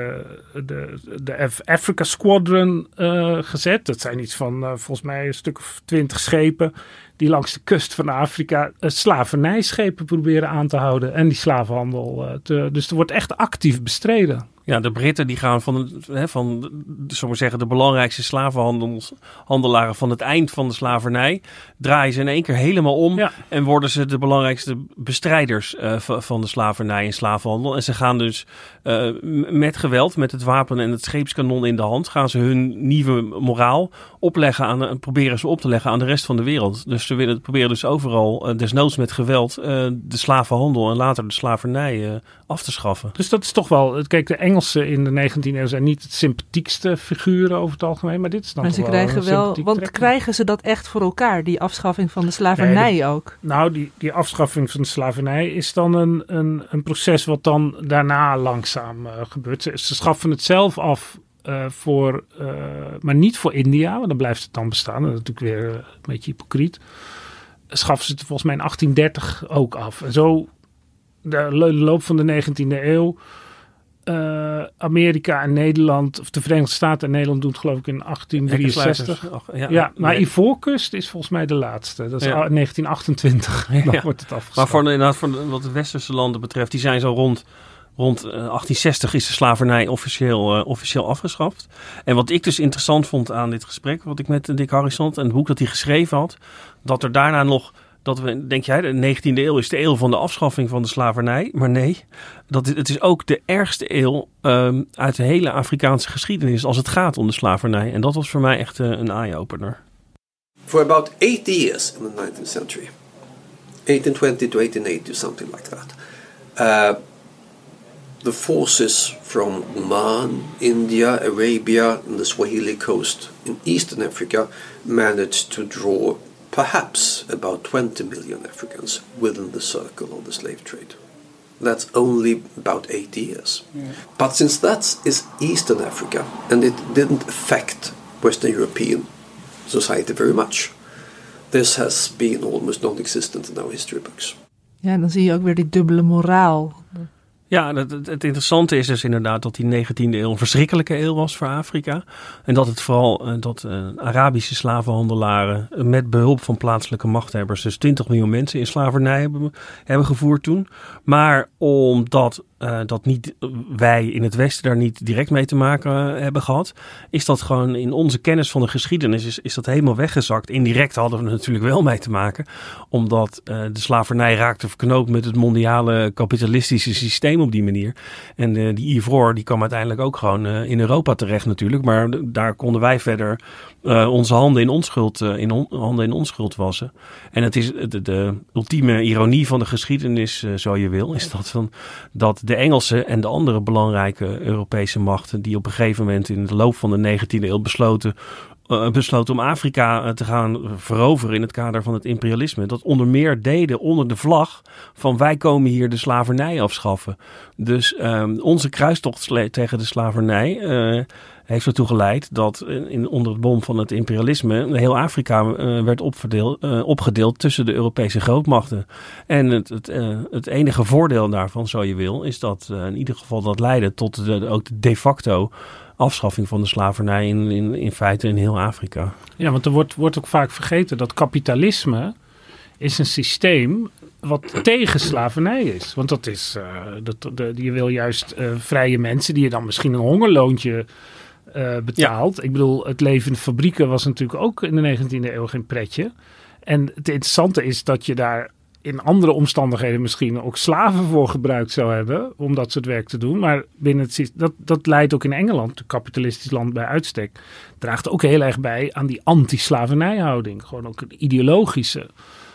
de Africa Squadron gezet. Dat zijn iets van volgens mij een stuk of 20 schepen die langs de kust van Afrika slavernijschepen proberen aan te houden en die slavenhandel. Dus er wordt echt actief bestreden. Ja, de Britten die gaan van de belangrijkste slavenhandelaren van het eind van de slavernij, draaien ze in één keer helemaal om en worden ze de belangrijkste bestrijders van de slavernij en slavenhandel. En ze gaan dus met geweld, met het wapen en het scheepskanon in de hand, gaan ze hun nieuwe moraal proberen ze op te leggen aan de rest van de wereld. Dus ze proberen dus overal, desnoods met geweld, de slavenhandel en later de slavernij af te schaffen. Dus dat is toch wel, kijk, de Engelsen in de 19e eeuw zijn niet het sympathiekste figuren over het algemeen, maar dit is dan maar toch want krijgen ze dat echt voor elkaar, die afschaffing van de slavernij ook? Nou, die afschaffing van de slavernij is dan een proces wat dan daarna langzaam gebeurt. Ze schaffen het zelf af maar niet voor India, want dan blijft het dan bestaan. Dat is natuurlijk weer een beetje hypocriet. Schaffen ze het volgens mij in 1830 ook af. En zo, de loop van de 19e eeuw, Amerika en Nederland, of de Verenigde Staten en Nederland doen het geloof ik in 1863. Maar Ivoorkust is volgens mij de laatste. Dat is 1928. Dan wordt het afgeschaft. Maar voor wat de westerse landen betreft, die zijn zo rond 1860 is de slavernij officieel afgeschaft. En wat ik dus interessant vond aan dit gesprek, wat ik met Dick Harrison en het boek dat hij geschreven had, dat er daarna nog, denk jij, de 19e eeuw is de eeuw van de afschaffing van de slavernij. Maar nee, het is ook de ergste eeuw uit de hele Afrikaanse geschiedenis als het gaat om de slavernij. En dat was voor mij echt een eye-opener. For about 8 years in the 19th century, 1820 to 1880, something like that, the forces from Oman, India, Arabia, and the Swahili coast in eastern Africa managed to draw perhaps about 20 million Africans within the circle of the slave trade. That's only about 8 years. Yeah. But since that is Eastern Africa, and it didn't affect Western European society very much, this has been almost non-existent in our history books. Ja, dan zie je ook weer die dubbele moraal. Ja, het interessante is dus inderdaad dat die 19e eeuw een verschrikkelijke eeuw was voor Afrika. En dat het vooral Arabische slavenhandelaren met behulp van plaatselijke machthebbers dus 20 miljoen mensen in slavernij hebben gevoerd toen. Maar omdat dat niet wij in het Westen daar niet direct mee te maken hebben gehad, is dat gewoon in onze kennis van de geschiedenis is dat helemaal weggezakt. Indirect hadden we er natuurlijk wel mee te maken, omdat de slavernij raakte verknoopt met het mondiale kapitalistische systeem op die manier. En die ivoor die kwam uiteindelijk ook gewoon in Europa terecht natuurlijk, maar daar konden wij verder onze handen in onschuld wassen. En het is de ultieme ironie van de geschiedenis, zo je wil, is dat de Engelse en de andere belangrijke Europese machten die op een gegeven moment in de loop van de 19e eeuw besloten om Afrika te gaan veroveren in het kader van het imperialisme. Dat onder meer deden onder de vlag van wij komen hier de slavernij afschaffen. Dus onze kruistocht tegen de slavernij heeft ertoe geleid dat onder het bom van het imperialisme heel Afrika werd opgedeeld tussen de Europese grootmachten. En het enige voordeel daarvan, zo je wil, is dat in ieder geval dat leidde tot ook de de facto afschaffing van de slavernij in feite in heel Afrika. Ja, want er wordt ook vaak vergeten dat kapitalisme is een systeem wat tegen slavernij is. Want dat is, je wil juist vrije mensen die je dan misschien een hongerloontje betaalt. Ja. Ik bedoel, het leven in de fabrieken was natuurlijk ook in de 19e eeuw geen pretje. En het interessante is dat je daar in andere omstandigheden misschien ook slaven voor gebruikt zou hebben om dat soort werk te doen. Maar binnen dat leidt ook in Engeland, een kapitalistisch land bij uitstek, draagt ook heel erg bij aan die anti-slavernijhouding. Gewoon ook een ideologische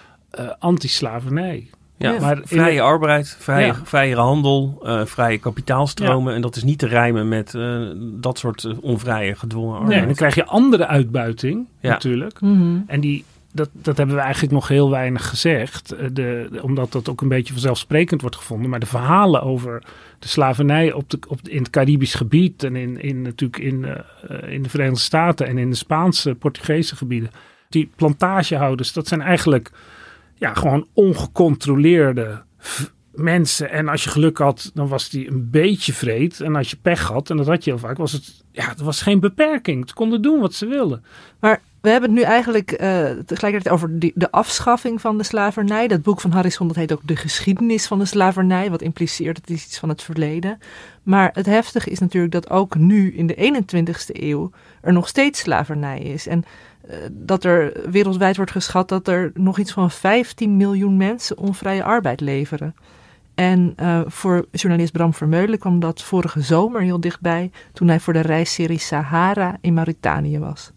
anti-slavernij. Ja, maar vrije arbeid, vrije handel, vrije kapitaalstromen. Ja. En dat is niet te rijmen met dat soort onvrije gedwongen arbeid. Nee, dan krijg je andere uitbuiting natuurlijk. Mm-hmm. En dat hebben we eigenlijk nog heel weinig gezegd. Omdat dat ook een beetje vanzelfsprekend wordt gevonden. Maar de verhalen over de slavernij in het Caribisch gebied en natuurlijk in de Verenigde Staten en in de Spaanse, Portugese gebieden. Die plantagehouders, dat zijn eigenlijk gewoon ongecontroleerde mensen. En als je geluk had, dan was die een beetje vreed. En als je pech had, en dat had je heel vaak, er was geen beperking. Ze konden doen wat ze wilden. Maar we hebben het nu eigenlijk tegelijkertijd over de afschaffing van de slavernij. Dat boek van Harrison, dat heet ook De geschiedenis van de slavernij. Wat impliceert, het is iets van het verleden. Maar het heftige is natuurlijk dat ook nu in de 21ste eeuw er nog steeds slavernij is. En dat er wereldwijd wordt geschat dat er nog iets van 15 miljoen mensen onvrije arbeid leveren. En voor journalist Bram Vermeulen kwam dat vorige zomer heel dichtbij toen hij voor de reisserie Sahara in Mauritanië was.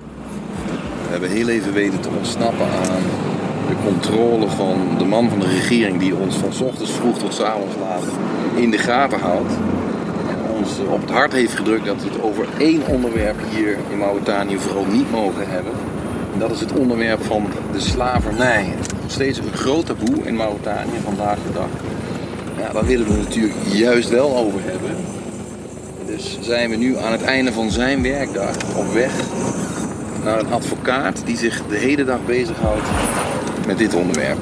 We hebben heel even weten te ontsnappen aan de controle van de man van de regering die ons van 's ochtends vroeg tot 's avonds laat in de gaten houdt. En ons op het hart heeft gedrukt dat we het over één onderwerp hier in Mauritanië vooral niet mogen hebben. En dat is het onderwerp van de slavernij. Nog steeds een groot taboe in Mauritanië vandaag de dag. Ja, daar willen we natuurlijk juist wel over hebben. Dus zijn we nu aan het einde van zijn werkdag op weg naar een advocaat die zich de hele dag bezighoudt met dit onderwerp.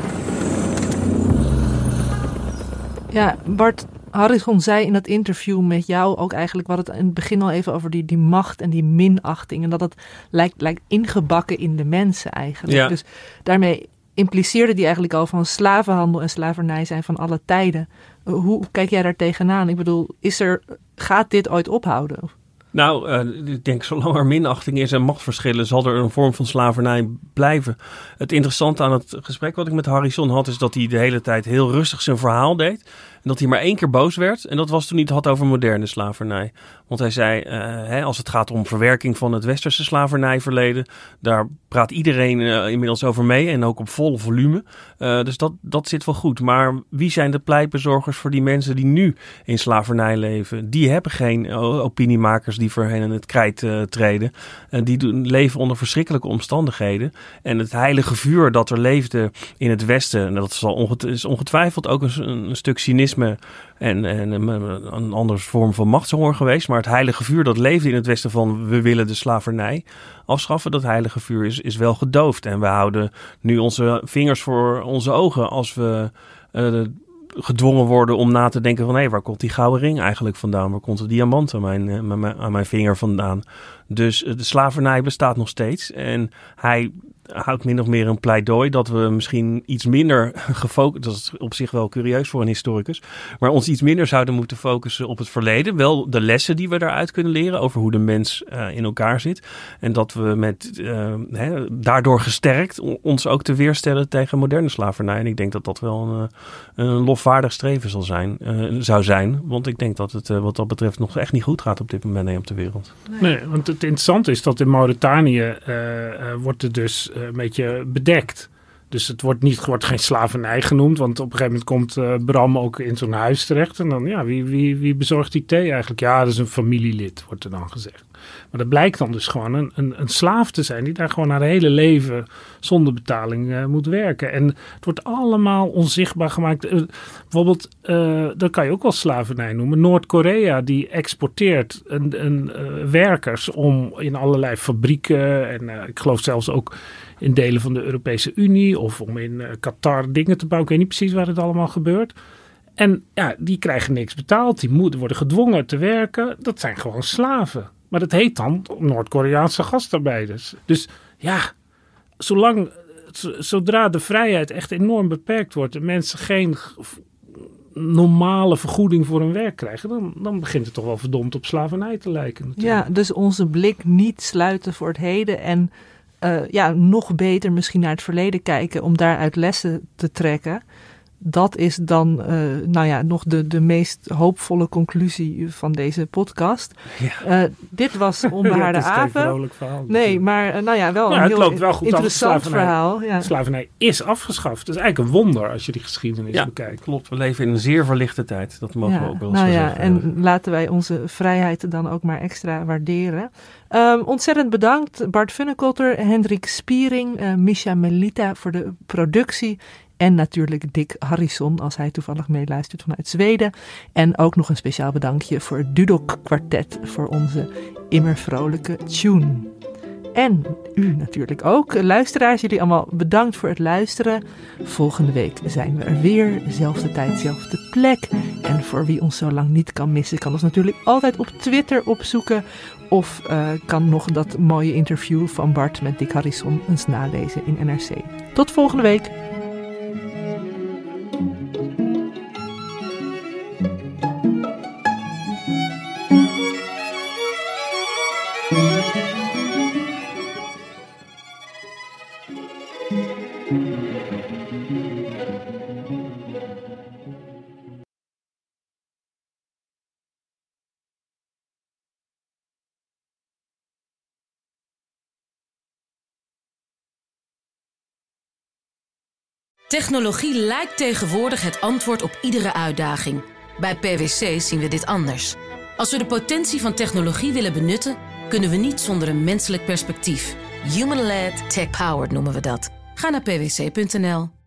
Ja, Bart, Harrison zei in dat interview met jou ook eigenlijk, we hadden het in het begin al even over die macht en die minachting. En dat het lijkt ingebakken in de mensen eigenlijk. Ja. Dus daarmee impliceerde die eigenlijk al van slavenhandel en slavernij zijn van alle tijden. Hoe kijk jij daar tegenaan? Ik bedoel, gaat dit ooit ophouden? Nou, ik denk zolang er minachting is en machtsverschillen zal er een vorm van slavernij blijven. Het interessante aan het gesprek wat ik met Harrison had is dat hij de hele tijd heel rustig zijn verhaal deed. En dat hij maar 1 keer boos werd. En dat was toen hij het had over moderne slavernij. Want hij zei, als het gaat om verwerking van het westerse slavernijverleden, daar praat iedereen inmiddels over mee en ook op vol volume. Dus dat zit wel goed. Maar wie zijn de pleitbezorgers voor die mensen die nu in slavernij leven? Die hebben geen opiniemakers die voor hen in het krijt treden. Die leven onder verschrikkelijke omstandigheden. En het heilige vuur dat er leefde in het Westen, en dat is ongetwijfeld ook een stuk cynisme en een andere vorm van machtshonger geweest. Maar het heilige vuur dat leefde in het Westen van we willen de slavernij afschaffen, dat heilige vuur is wel gedoofd. En we houden nu onze vingers voor onze ogen als we gedwongen worden om na te denken van... waar komt die gouden ring eigenlijk vandaan? Waar komt de diamant aan mijn vinger vandaan? Dus de slavernij bestaat nog steeds. En hij houdt min of meer een pleidooi dat we misschien iets minder gefocust... Dat is op zich wel curieus voor een historicus. Maar ons iets minder zouden moeten focussen op het verleden. Wel de lessen die we daaruit kunnen leren over hoe de mens in elkaar zit. En dat we daardoor gesterkt ons ook te weerstellen tegen moderne slavernij. En ik denk dat dat wel een lofwaardig streven zou zijn. Want ik denk dat het wat dat betreft nog echt niet goed gaat op dit moment op de wereld. Nee, want het interessante is dat in Mauritanië wordt er dus een beetje bedekt. Dus het wordt geen slavernij genoemd. Want op een gegeven moment komt Bram ook in zo'n huis terecht. En dan, wie bezorgt die thee eigenlijk? Ja, dat is een familielid, wordt er dan gezegd. Maar dat blijkt dan dus gewoon een slaaf te zijn... die daar gewoon haar hele leven zonder betaling moet werken. En het wordt allemaal onzichtbaar gemaakt. Bijvoorbeeld, dat kan je ook wel slavernij noemen. Noord-Korea die exporteert werkers om in allerlei fabrieken... en ik geloof zelfs ook in delen van de Europese Unie... of om in Qatar dingen te bouwen. Ik weet niet precies waar het allemaal gebeurt. En ja, die krijgen niks betaald. Die worden gedwongen te werken. Dat zijn gewoon slaven. Maar dat heet dan Noord-Koreaanse gastarbeiders. Dus ja, zodra de vrijheid echt enorm beperkt wordt... en mensen geen normale vergoeding voor hun werk krijgen... dan begint het toch wel verdomd op slavernij te lijken. Natuurlijk. Ja, dus onze blik niet sluiten voor het heden... en nog beter misschien naar het verleden kijken... om daaruit lessen te trekken... Dat is dan nog de meest hoopvolle conclusie van deze podcast. Ja. Dit was Onbehaarde Apen. Het is geen vrolijk verhaal. Nee, maar wel een heel interessant verhaal. Ja. Slavernij is afgeschaft. Dat is eigenlijk een wonder als je die geschiedenis bekijkt. Klopt, we leven in een zeer verlichte tijd. Dat mogen we ook wel eens zeggen. En laten wij onze vrijheid dan ook maar extra waarderen. Ontzettend bedankt Bart Funnekotter, Hendrik Spiering, Misha Melita voor de productie... En natuurlijk Dick Harrison, als hij toevallig meeluistert vanuit Zweden. En ook nog een speciaal bedankje voor het Dudok Kwartet voor onze immer vrolijke tune. En u natuurlijk ook. Luisteraars, jullie allemaal bedankt voor het luisteren. Volgende week zijn we er weer. Zelfde tijd, zelfde plek. En voor wie ons zo lang niet kan missen, kan ons natuurlijk altijd op Twitter opzoeken. Of kan nog dat mooie interview van Bart met Dick Harrison eens nalezen in NRC. Tot volgende week. Technologie lijkt tegenwoordig het antwoord op iedere uitdaging. Bij PwC zien we dit anders. Als we de potentie van technologie willen benutten, kunnen we niet zonder een menselijk perspectief. Human-led, tech-powered noemen we dat. Ga naar pwc.nl.